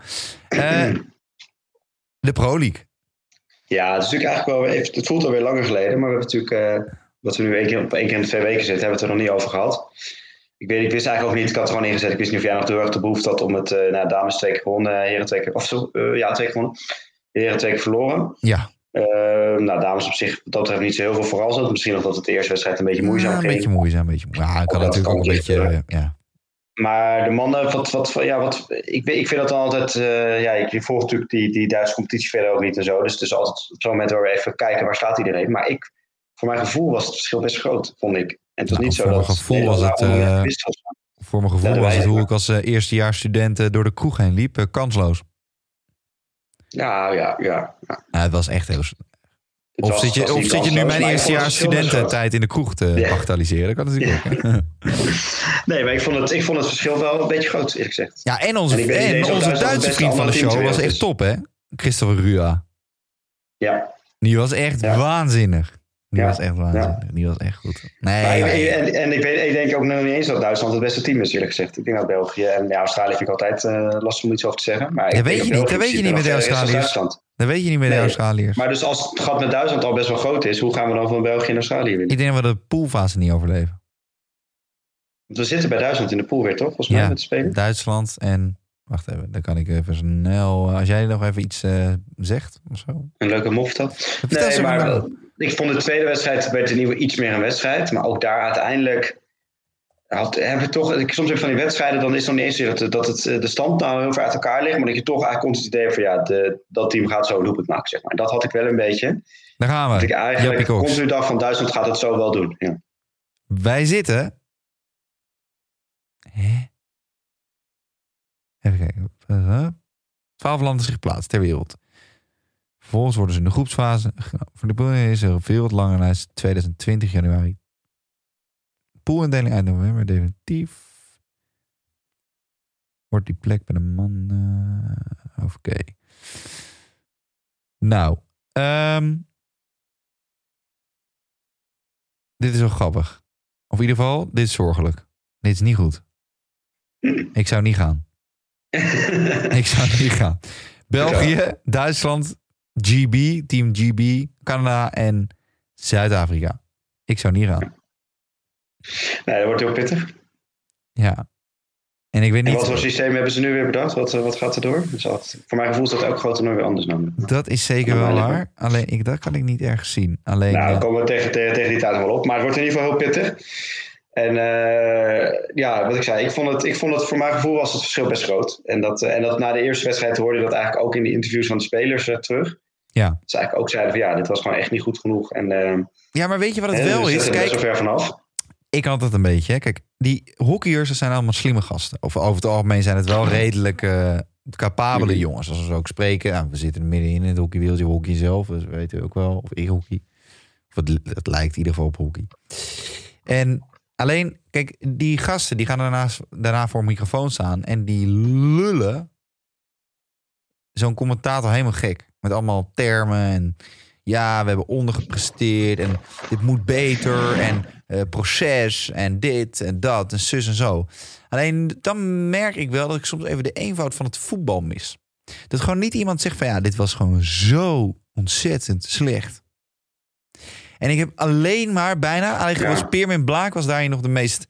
De Pro League. Ja, het is natuurlijk eigenlijk wel even... Het voelt alweer langer geleden, maar we hebben natuurlijk... wat we nu één keer in de 2 weken zitten, hebben we het er nog niet over gehad. Ik wist eigenlijk ook niet, ik had er gewoon ingezet. Ik wist niet of jij nog heel erg de behoefte had om het... dames 2 keer gewonnen, heren 2 keer... 2 keer gewonnen. Heren 2 keer verloren. Ja. Dames op zich, wat dat betreft niet zo heel veel vooral zat. Misschien nog dat het de eerste wedstrijd een beetje moeizaam ging. Een beetje moeizaam. Ja, ik had natuurlijk ook een beetje... Maar de mannen, ik vind dat dan altijd... je volgt natuurlijk die Duitse competitie verder ook niet en zo. Dus het is altijd op zo'n moment waar we even kijken waar staat iedereen. Maar voor mijn gevoel was het verschil best groot, vond ik. En het was niet zo dat... Voor mijn gevoel was het hoe ik als eerstejaars student door de kroeg heen liep. Kansloos. Ja. Het was echt heel... Of zit je nu mijn eerstejaars studententijd in de kroeg te bagatelliseren? Dat kan natuurlijk ook. Nee, maar ik vond het verschil wel een beetje groot, eerlijk gezegd. Ja, en onze Duitse vriend van de show was echt top, hè? Christopher Rua. Ja. Die was echt waanzinnig. Die was echt waanzinnig. Ja. Die was echt goed. En ik denk ook nog niet eens dat Duitsland het beste team is, eerlijk gezegd. Ik denk dat België en Australië vind ik altijd lastig om iets over te zeggen. Maar dat weet je niet met de Australiërs. Dat weet je niet met de Australiërs. Maar dus als het gat met Duitsland al best wel groot is, hoe gaan we dan van België en Australië winnen? Ik denk dat we de poolfase niet overleven. Want we zitten bij Duitsland in de pool weer, toch? Volgens mij met de spelen. Duitsland en... Wacht even, dan kan ik even snel... Als jij nog even iets zegt of zo. Een leuke mop dat. Nee, maar ik vond de tweede wedstrijd werd in ieder geval iets meer een wedstrijd. Maar ook daar uiteindelijk... soms heb je van die wedstrijden, dan is het nog niet eens dat de stand nou heel ver uit elkaar ligt, maar dat je toch eigenlijk constant het idee hebt van dat team gaat zo een doelpunt maken, zeg maar. En dat had ik wel een beetje. Daar gaan we. Dat ik eigenlijk continu dacht van Duitsland gaat het zo wel doen. Ja. Wij zitten... Even kijken. 12 landen zich geplaatst ter wereld. Vervolgens worden ze in de groepsfase. Voor de pool is er een wereldlange lijst 2020 januari. Poolindeling uit november definitief. Wordt die plek bij de man... Oké. Nou. Dit is wel grappig. Of in ieder geval, dit is zorgelijk. Dit is niet goed. Ik zou niet gaan. België, Duitsland, GB, Team GB, Canada en Zuid-Afrika. Ik zou niet gaan. Nee, dat wordt heel pittig. Ja. En ik weet niet... En wat voor systeem hebben ze nu weer bedacht? Wat gaat er door? Voor mijn gevoel is dat elk groot toernooi weer anders namelijk. Dat is zeker wel waar. Alleen, dat kan ik niet ergens zien. Alleen, dan komen we tegen die tijd wel op. Maar het wordt in ieder geval heel pittig. En wat ik zei, ik vond het voor mijn gevoel was het verschil best groot. En dat na de eerste wedstrijd hoorde je dat eigenlijk ook in de interviews van de spelers terug. Ja. Dat ze eigenlijk ook zeiden van dit was gewoon echt niet goed genoeg. En, ja, maar weet je wat het wel is? Kijk, zo ver vanaf. Ik had het een beetje. Hè. Kijk, die hockeyers, dat zijn allemaal slimme gasten. Of over het algemeen zijn het wel redelijk capabele jongens. Als we zo ook spreken. Nou, we zitten middenin in het hockeywieltje, hockey zelf. Dus we weten ook wel. Of e-hockey. Of het lijkt in ieder geval op hockey. En alleen, kijk, die gasten die gaan daarna voor een microfoon staan. En die lullen zo'n commentator helemaal gek. Met allemaal termen en... Ja, we hebben ondergepresteerd en dit moet beter en proces en dit en dat en zus en zo. Alleen dan merk ik wel dat ik soms even de eenvoud van het voetbal mis. Dat gewoon niet iemand zegt van dit was gewoon zo ontzettend slecht. En ik heb alleen maar was Peermin Blaak was daarin nog de meest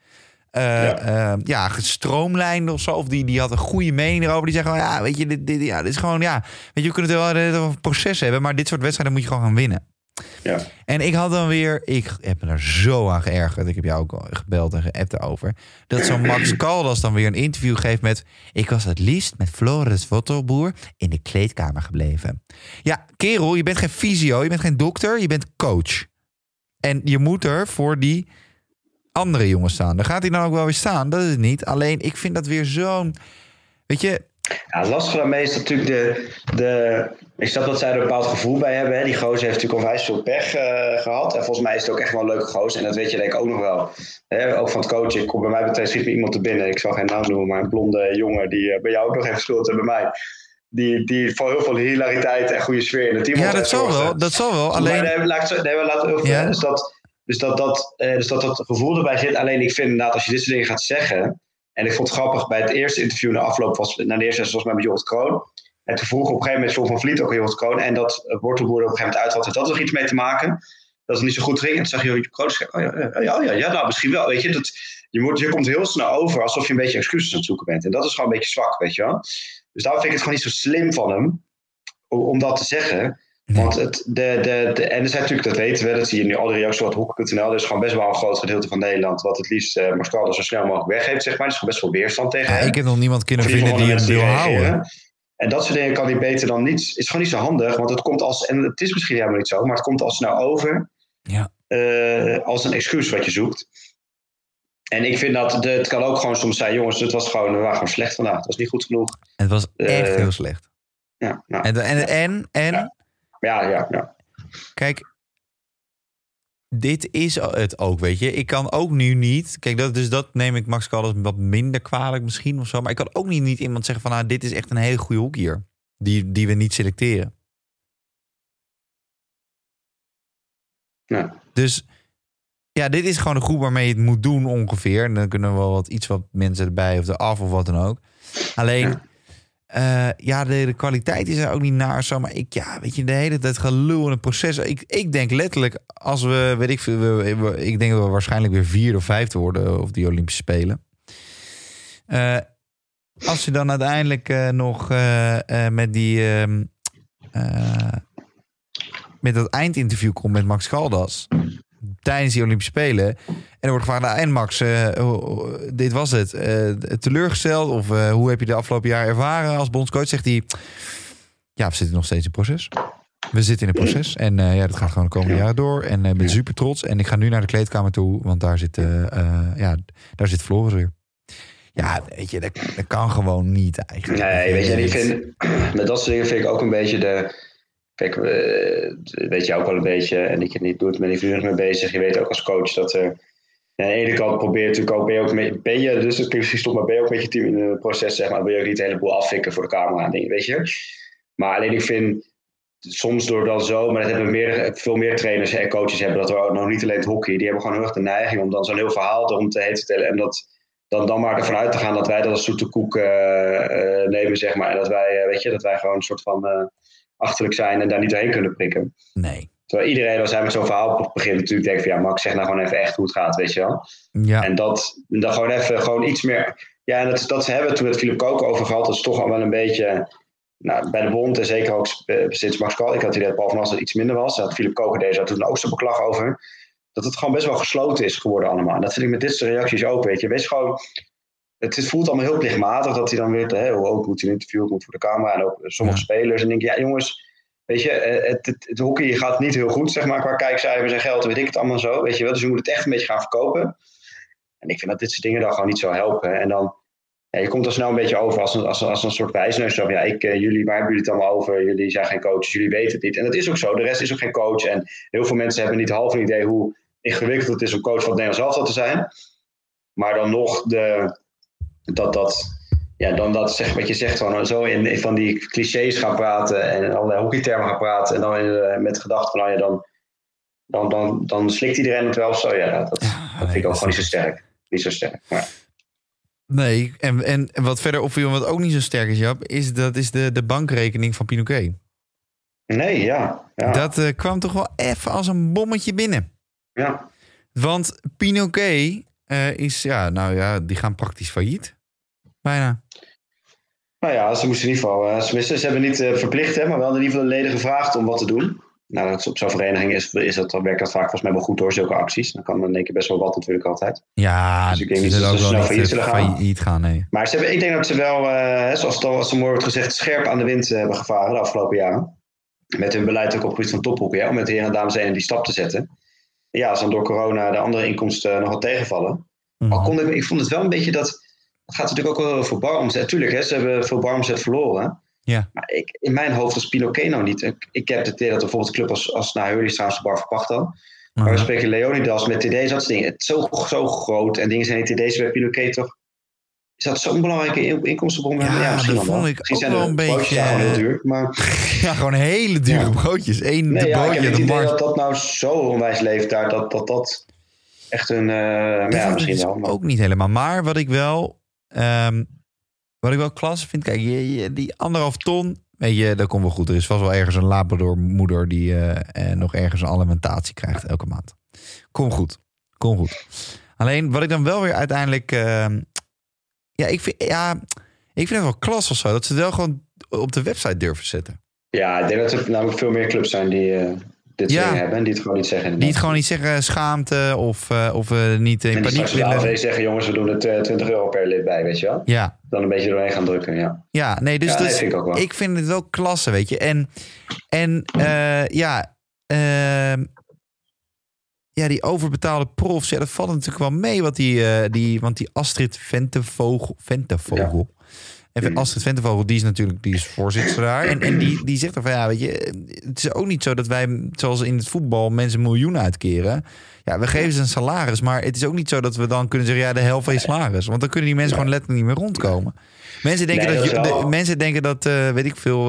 gestroomlijnde of zo. Of die had een goede mening erover. Die zeggen weet je, dit is gewoon, weet je, we kunnen het wel over proces hebben, maar dit soort wedstrijden moet je gewoon gaan winnen. Ja. En ik heb me daar zo aan geërgerd. Ik heb jou ook al gebeld en geappt daarover. Dat zo'n Max Caldas dan weer een interview geeft met... Ik was het liefst met Floris Wotterboer in de kleedkamer gebleven. Ja, kerel, je bent geen fysio, je bent geen dokter, je bent coach. En je moet er voor die andere jongens staan. Daar gaat hij dan ook wel weer staan, dat is het niet. Alleen, ik vind dat weer zo'n... Weet je... Ja, lastig daarmee is natuurlijk ik snap dat zij er een bepaald gevoel bij hebben. Hè. Die gozer heeft natuurlijk onwijs veel pech gehad. En volgens mij is het ook echt wel een leuke gozer. En dat weet je denk ik ook nog wel. Hè, ook van het coachen. Ik kom bij mij meteen schiet me iemand te binnen. Ik zal geen naam noemen, maar een blonde jongen die bij jou ook nog heeft gespeeld en bij mij. Die voor heel veel hilariteit en goede sfeer in het team. Ja, dat zal wel. Alleen... Dus dat gevoel erbij zit. Alleen ik vind inderdaad, als je dit soort dingen gaat zeggen... En ik vond het grappig, bij het eerste interview na afloop na de eerste was met Jorrit Kroon. En toen vroeg op een gegeven moment John van Vliet ook aan Jorrit Kroon. En dat Wortelboer op een gegeven moment uit had. Heeft dat nog iets mee te maken? Dat het niet zo goed ging. En toen zag Jorrit Kroon, nou misschien wel. Weet je, je komt heel snel over alsof je een beetje excuses aan het zoeken bent. En dat is gewoon een beetje zwak, weet je wel. Dus daarom vind ik het gewoon niet zo slim van hem om dat te zeggen. Nee. Want en er zijn natuurlijk, dat weten we, dat zie je nu al de reacties op hockey.nl. Er is gewoon best wel een groot gedeelte van Nederland wat het liefst Max Caldas zo snel mogelijk weggeeft, zeg maar. Er is gewoon best wel weerstand tegen hem. Ik heb nog niemand kunnen vinden die hem wil houden. En dat soort dingen kan hij beter dan niet. Het is gewoon niet zo handig, want het komt en het is misschien helemaal niet zo, maar het komt al snel over als een excuus wat je zoekt. En ik vind dat het kan ook gewoon soms zijn, jongens, we waren gewoon slecht vandaag. Het was niet goed genoeg. Het was echt heel slecht. Ja. Nou, Ja. Kijk, dit is het ook, weet je. Ik kan ook nu niet... Kijk, dat neem ik Max Caldas wat minder kwalijk misschien of zo. Maar ik kan ook niet iemand zeggen van... dit is echt een hele goede hockeyer. Die we niet selecteren. Ja. Dus ja, dit is gewoon een groep waarmee je het moet doen ongeveer. En dan kunnen we wel wat mensen erbij of eraf of wat dan ook. Alleen... de kwaliteit is er ook niet naar zo. Maar weet je, de hele tijd gelul in het proces. Ik denk letterlijk, als we, weet ik veel, ik denk dat we waarschijnlijk weer 4e of 5e worden op die Olympische Spelen. Als je dan uiteindelijk nog met dat eindinterview komt met Max Caldas, tijdens die Olympische Spelen. En er wordt gevraagd, en Max, dit was het. Teleurgesteld? Of hoe heb je de afgelopen jaar ervaren als bondscoach? Zegt hij, ja, we zitten nog steeds in proces. We zitten in een proces. En dat gaat gewoon de komende jaren door. En ik ben super trots. En ik ga nu naar de kleedkamer toe. Want daar zit, daar zit Floris weer. Ja, weet je, dat kan gewoon niet eigenlijk. Nee, weet je, en ik vind, met dat soort dingen vind ik ook een beetje kijk, weet je ook wel een beetje, en ik het niet doe, ben ik nu mee bezig. Je weet ook als coach dat er aan de ene kant probeer natuurlijk ook, ben je, dus het klinkt misschien stom, maar ben je ook met je team in een proces, zeg maar, wil je ook niet een heleboel afvikken voor de camera en dingen, weet je. Maar alleen ik vind, soms door dan zo, maar dat hebben veel meer trainers en coaches hebben, dat we ook nog niet alleen het hockey, die hebben gewoon heel erg de neiging om dan zo'n heel verhaal erom te vertellen en dat dan maar ervan uit te gaan dat wij dat als zoete koek nemen, zeg maar. En dat wij, weet je, dat wij gewoon een soort van achterlijk zijn en daar niet doorheen kunnen prikken. Nee. Terwijl iedereen, als hij met zo'n verhaal begint, natuurlijk denkt van, ja, Max, zeg nou gewoon even echt hoe het gaat, weet je wel. Ja. En dat gewoon even, gewoon iets meer. Ja, en dat ze hebben toen het Philip Koken over gehad, dat is toch al wel een beetje, nou, bij de bond en zeker ook sinds Max Kalk, ik had idee dat Paul van As dat iets minder was. Dat Philip Koken deze had toen een oosterbeklag over. Dat het gewoon best wel gesloten is geworden allemaal. En dat vind ik met dit soort reacties ook, weet je. Wees gewoon, het voelt allemaal heel plichtmatig dat hij dan weer, ook moet hij een interview, moet voor de camera en ook sommige spelers. En denk je, ja jongens, weet je, het hockey gaat niet heel goed, zeg maar, qua kijkcijfers en geld, weet ik het allemaal zo, weet je wel. Dus je moet het echt een beetje gaan verkopen. En ik vind dat dit soort dingen dan gewoon niet zo helpen. En dan, ja, je komt er snel een beetje over als een soort wijsneus. Zo, ja, jullie, waar hebben jullie het allemaal over? Jullie zijn geen coaches, jullie weten het niet. En dat is ook zo, de rest is ook geen coach. En heel veel mensen hebben niet half een idee hoe ingewikkeld het is om coach van het Nederlands elftal te zijn. Maar dan nog dat zeg wat je zegt, gewoon zo in van die clichés gaan praten en allerlei hockeytermen gaan praten en dan met gedachten van dan slikt iedereen het wel of zo. Ja, dat vind ik ook gewoon niet zo sterk. Niet zo sterk. Maar. Nee, en wat verder opviel, wat ook niet zo sterk is, Jap, is de bankrekening van Pinoquet. Nee, ja. Dat kwam toch wel even als een bommetje binnen. Ja. Want Pinoquet die gaan praktisch failliet. Bijna. Nou ja, ze moesten in ieder geval, ze hebben niet verplicht, maar wel in ieder geval de leden gevraagd om wat te doen. Nou, dat op zo'n vereniging werkt dat vaak volgens mij wel goed door, zulke acties. Dan kan in één keer best wel wat natuurlijk altijd. Ja, dus ik denk niet dat ze snel failliet gaan. Nee. Maar ik denk dat ze wel, zoals zo mooi wordt gezegd, scherp aan de wind hebben gevaren de afgelopen jaren. Met hun beleid ook op het gebied van tophockey, om met de heren en dames in die stap te zetten. Ja, als dan door corona de andere inkomsten nog wat tegenvallen. Maar ik vond het wel een beetje dat. Het gaat natuurlijk ook wel voor baromzet. Natuurlijk, ze hebben veel baromzet verloren. Ja. Maar in mijn hoofd was Pinoquet nou niet. Ik heb het idee dat bijvoorbeeld een club als Hurley trouwens de bar verpacht had. Maar we spreken Leonidas met TD's, dat soort dingen. Het is zo groot en dingen zijn die TD's bij Pinoquet toch. Is dat zo'n belangrijke inkomstenbron? Ja, misschien dat vond ik misschien ook wel een beetje. Gewoon heel duur. Maar. Ja, gewoon hele dure broodjes. Ik heb het idee dat nou zo onwijs leeft daar. Dat echt een. Misschien wel. Maar. Ook niet helemaal. Maar wat ik wel klasse vind, kijk, die 1,5 ton, weet je, dat komt wel goed. Er is vast wel ergens een Labrador moeder die nog ergens een alimentatie krijgt elke maand. Kom goed. Alleen, wat ik dan wel weer uiteindelijk, ik vind het wel klasse of zo, dat ze het wel gewoon op de website durven zetten. Ja, ik denk dat er namelijk veel meer clubs zijn die dit soort dingen hebben en die het gewoon niet zeggen. Inderdaad. Die het gewoon niet zeggen, schaamte of niet in paniek willen. En die zeggen, jongens, we doen het €20 per lid bij, weet je wel? Ja. Dan een beetje doorheen gaan drukken, ja. Ja, nee, dus vind ik ook wel. Ik vind het wel klasse, weet je. Die overbetaalde profs, dat valt natuurlijk wel mee wat want die Astrid Ventevogel. En Astrid Ventevogel, die is voorzitter daar. En die zegt er van, weet je, het is ook niet zo dat wij, zoals in het voetbal, mensen miljoenen uitkeren. Ja, we geven ze een salaris, maar het is ook niet zo dat we dan kunnen zeggen, de helft van je salaris. Want dan kunnen die mensen gewoon letterlijk niet meer rondkomen. Mensen denken dat, weet ik veel,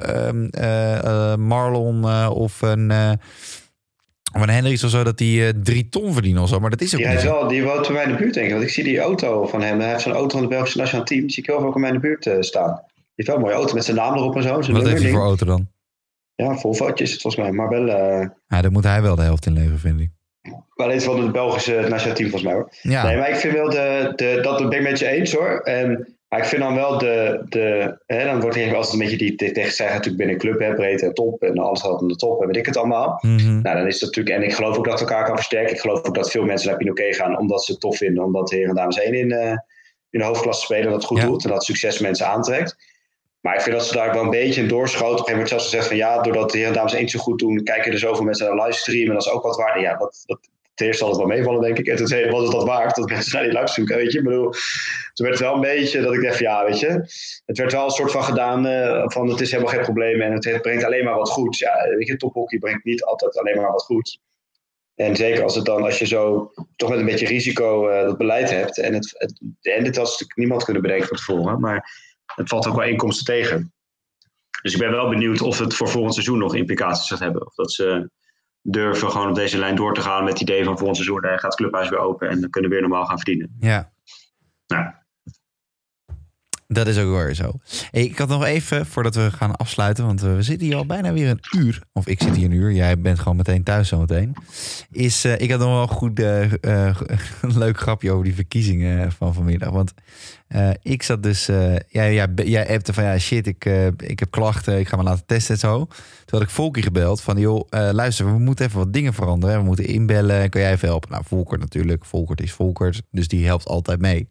Marlon of een Hendricks of zo, dat die 3 ton verdienen of zo. Maar dat is ook niet. Die woont bij mij in de buurt, denk ik. Want ik zie die auto van hem. Hij heeft zo'n auto van het Belgische nationaal team. Die zie ik heel veel ook in mijn buurt staan. Die heeft wel een mooie auto met zijn naam erop en zo. Wat heeft hij voor auto dan? Ja, Volvootje is het volgens mij. Maar wel. Daar moet hij wel de helft in leveren, vind ik. Maar alleen van het Belgische nationaal team volgens mij, hoor. Ja. Nee, maar ik vind wel dat ben ik met je eens, hoor. En Maar ik vind dan wel dan wordt er altijd een beetje die tegenstrijdigheid natuurlijk binnen een club, hè, breedte en top en alles wat aan de top en weet ik het allemaal. Mm-hmm. Nou, dan is het natuurlijk, en ik geloof ook dat het elkaar kan versterken. Ik geloof ook dat veel mensen naar Pinoquet gaan omdat ze het tof vinden, omdat de heren en dames 1 in de hoofdklasse spelen dat het goed doet en dat succes mensen aantrekt. Maar ik vind dat ze daar wel een beetje in doorschoten. Op een gegeven moment zelfs gezegd van ja, doordat de heren en dames 1 zo goed doen, kijken er zoveel mensen naar de livestream en dat is ook wat waard. Ja, ten eerste zal het wel meevallen, denk ik. En ten tweede was het dat waard dat mensen naar die livestream, weet je. Ik bedoel, toen werd het wel een beetje dat ik dacht van ja, weet je. Het werd wel een soort van gedaan van het is helemaal geen probleem en het brengt alleen maar wat goeds. Ja, weet je, tophockey brengt niet altijd alleen maar wat goeds. En zeker als je zo toch met een beetje risico dat beleid hebt. En dit was natuurlijk niemand kunnen bedenken van tevoren. Maar het valt ook wel inkomsten tegen. Dus ik ben wel benieuwd of het voor volgend seizoen nog implicaties gaat hebben. Of dat ze durven gewoon op deze lijn door te gaan met het idee van volgend seizoen. Daar gaat het clubhuis weer open en dan kunnen we weer normaal gaan verdienen. Ja. Nou. Dat is ook weer zo. Hey, ik had nog even, voordat we gaan afsluiten, want we zitten hier al bijna weer een uur. Of ik zit hier een uur, jij bent gewoon meteen thuis zometeen. Ik had nog wel een goed leuk grapje over die verkiezingen van vanmiddag. Want ik zat dus, jij appte van ja shit, ik heb klachten, ik ga me laten testen en zo. Toen had ik Volkie gebeld van joh, luister, we moeten even wat dingen veranderen. We moeten inbellen, kan jij even helpen? Nou, Volkert natuurlijk, Volkert is Volkert, dus die helpt altijd mee.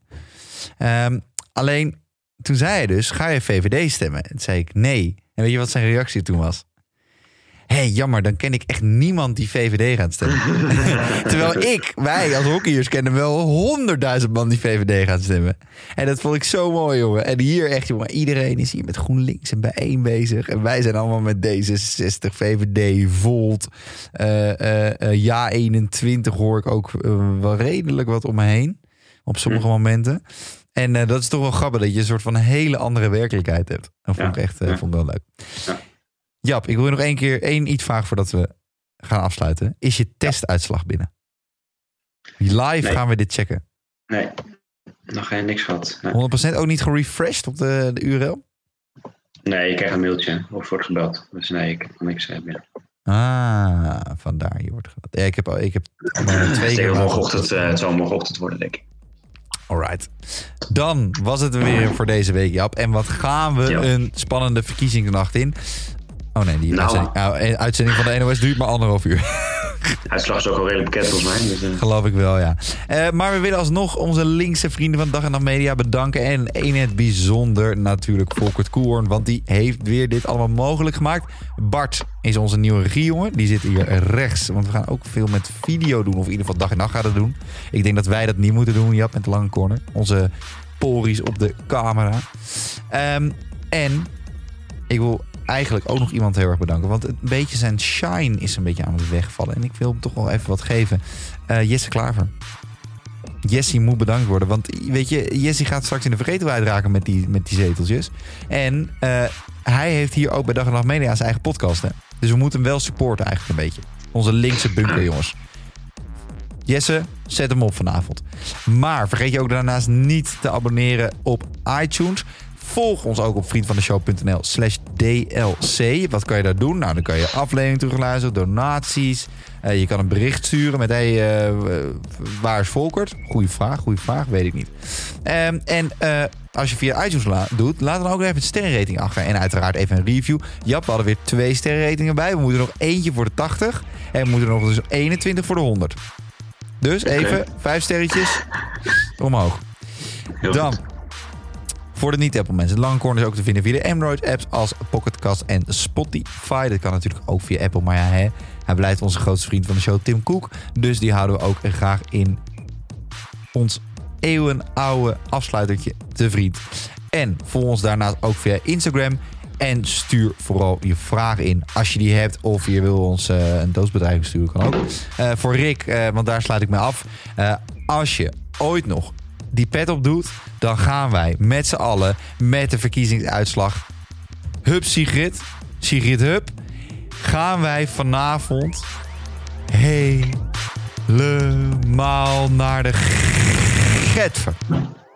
Alleen... Toen zei hij dus, ga je VVD stemmen? En toen zei ik, nee. En weet je wat zijn reactie toen was? Jammer, dan ken ik echt niemand die VVD gaat stemmen. Terwijl wij als hockeyers kennen wel 100.000 man die VVD gaat stemmen. En dat vond ik zo mooi, jongen. En hier echt, jongen, iedereen is hier met GroenLinks en bijeen bezig. En wij zijn allemaal met D66, VVD, Volt. Ja 21 hoor ik ook wel redelijk wat om me heen. Op sommige momenten. En dat is toch wel grappig dat je een soort van een hele andere werkelijkheid hebt. Dat vond ik echt vond ik wel leuk. Ja. Jap, ik wil je nog één iets vragen voordat we gaan afsluiten. Is je testuitslag binnen? Live gaan we dit checken. Nee, nog niks gehad. Nee. 100% ook niet gerefreshed op de URL? Nee, ik kreeg een mailtje of wordt gebeld. Dus nee, ik heb nog niks binnen. Vandaar, je wordt gebeld. Ja, ik heb 2 keer... Het zal morgenochtend worden, denk ik. Alright. Dan was het weer voor deze week, Jap. En wat gaan we een spannende verkiezingsnacht in. Oh nee, uitzending van de NOS duurt maar 1,5 uur. Uitslag is ook al redelijk bekend volgens mij. Dus, Geloof ik wel, ja. Maar we willen alsnog onze linkse vrienden van Dag en Nacht Media bedanken. En in het bijzonder natuurlijk Volkert Koelhoorn. Want die heeft weer dit allemaal mogelijk gemaakt. Bart is onze nieuwe regiejongen. Die zit hier rechts. Want we gaan ook veel met video doen. Of in ieder geval Dag en Nacht gaan het doen. Ik denk dat wij dat niet moeten doen, Jap, met de lange corner. Onze pories op de camera. En ik wil eigenlijk ook nog iemand heel erg bedanken. Want een beetje zijn shine is een beetje aan het wegvallen. En ik wil hem toch wel even wat geven. Jesse Klaver. Jesse moet bedankt worden. Want weet je, Jesse gaat straks in de vergetelheid raken met die zeteltjes. En hij heeft hier ook bij Dag en Nacht Media zijn eigen podcast. Hè? Dus we moeten hem wel supporten eigenlijk een beetje. Onze linkse bunker, jongens. Jesse, zet hem op vanavond. Maar vergeet je ook daarnaast niet te abonneren op iTunes. Volg ons ook op vriendvandeshow.nl/DLC. Wat kan je daar doen? Nou, dan kan je aflevering terugluisteren, donaties. Je kan een bericht sturen met waar is Volkert? Goeie vraag, weet ik niet. Als je via iTunes doet, laat dan ook even een sterrenrating achter. En uiteraard even een review. Jap, we hadden weer 2 sterrenratingen bij. We moeten nog eentje voor de 80. En we moeten nog dus 21 voor de 100. Dus even 5 sterretjes omhoog. Dan... Voor de niet-Apple mensen. De lange corner is ook te vinden via de Android-apps als Pocketcast en Spotify. Dat kan natuurlijk ook via Apple. Maar ja, hij blijft onze grootste vriend van de show, Tim Cook. Dus die houden we ook graag in ons eeuwenoude afsluitertje te vriend. En volg ons daarnaast ook via Instagram. En stuur vooral je vragen in als je die hebt. Of je wil ons een doodsbedreiging sturen, kan ook. Voor Rick, want daar sluit ik mee af. Als je ooit nog die pet op doet, dan gaan wij met z'n allen met de verkiezingsuitslag hup Sigrid hup, gaan wij vanavond helemaal naar de getver.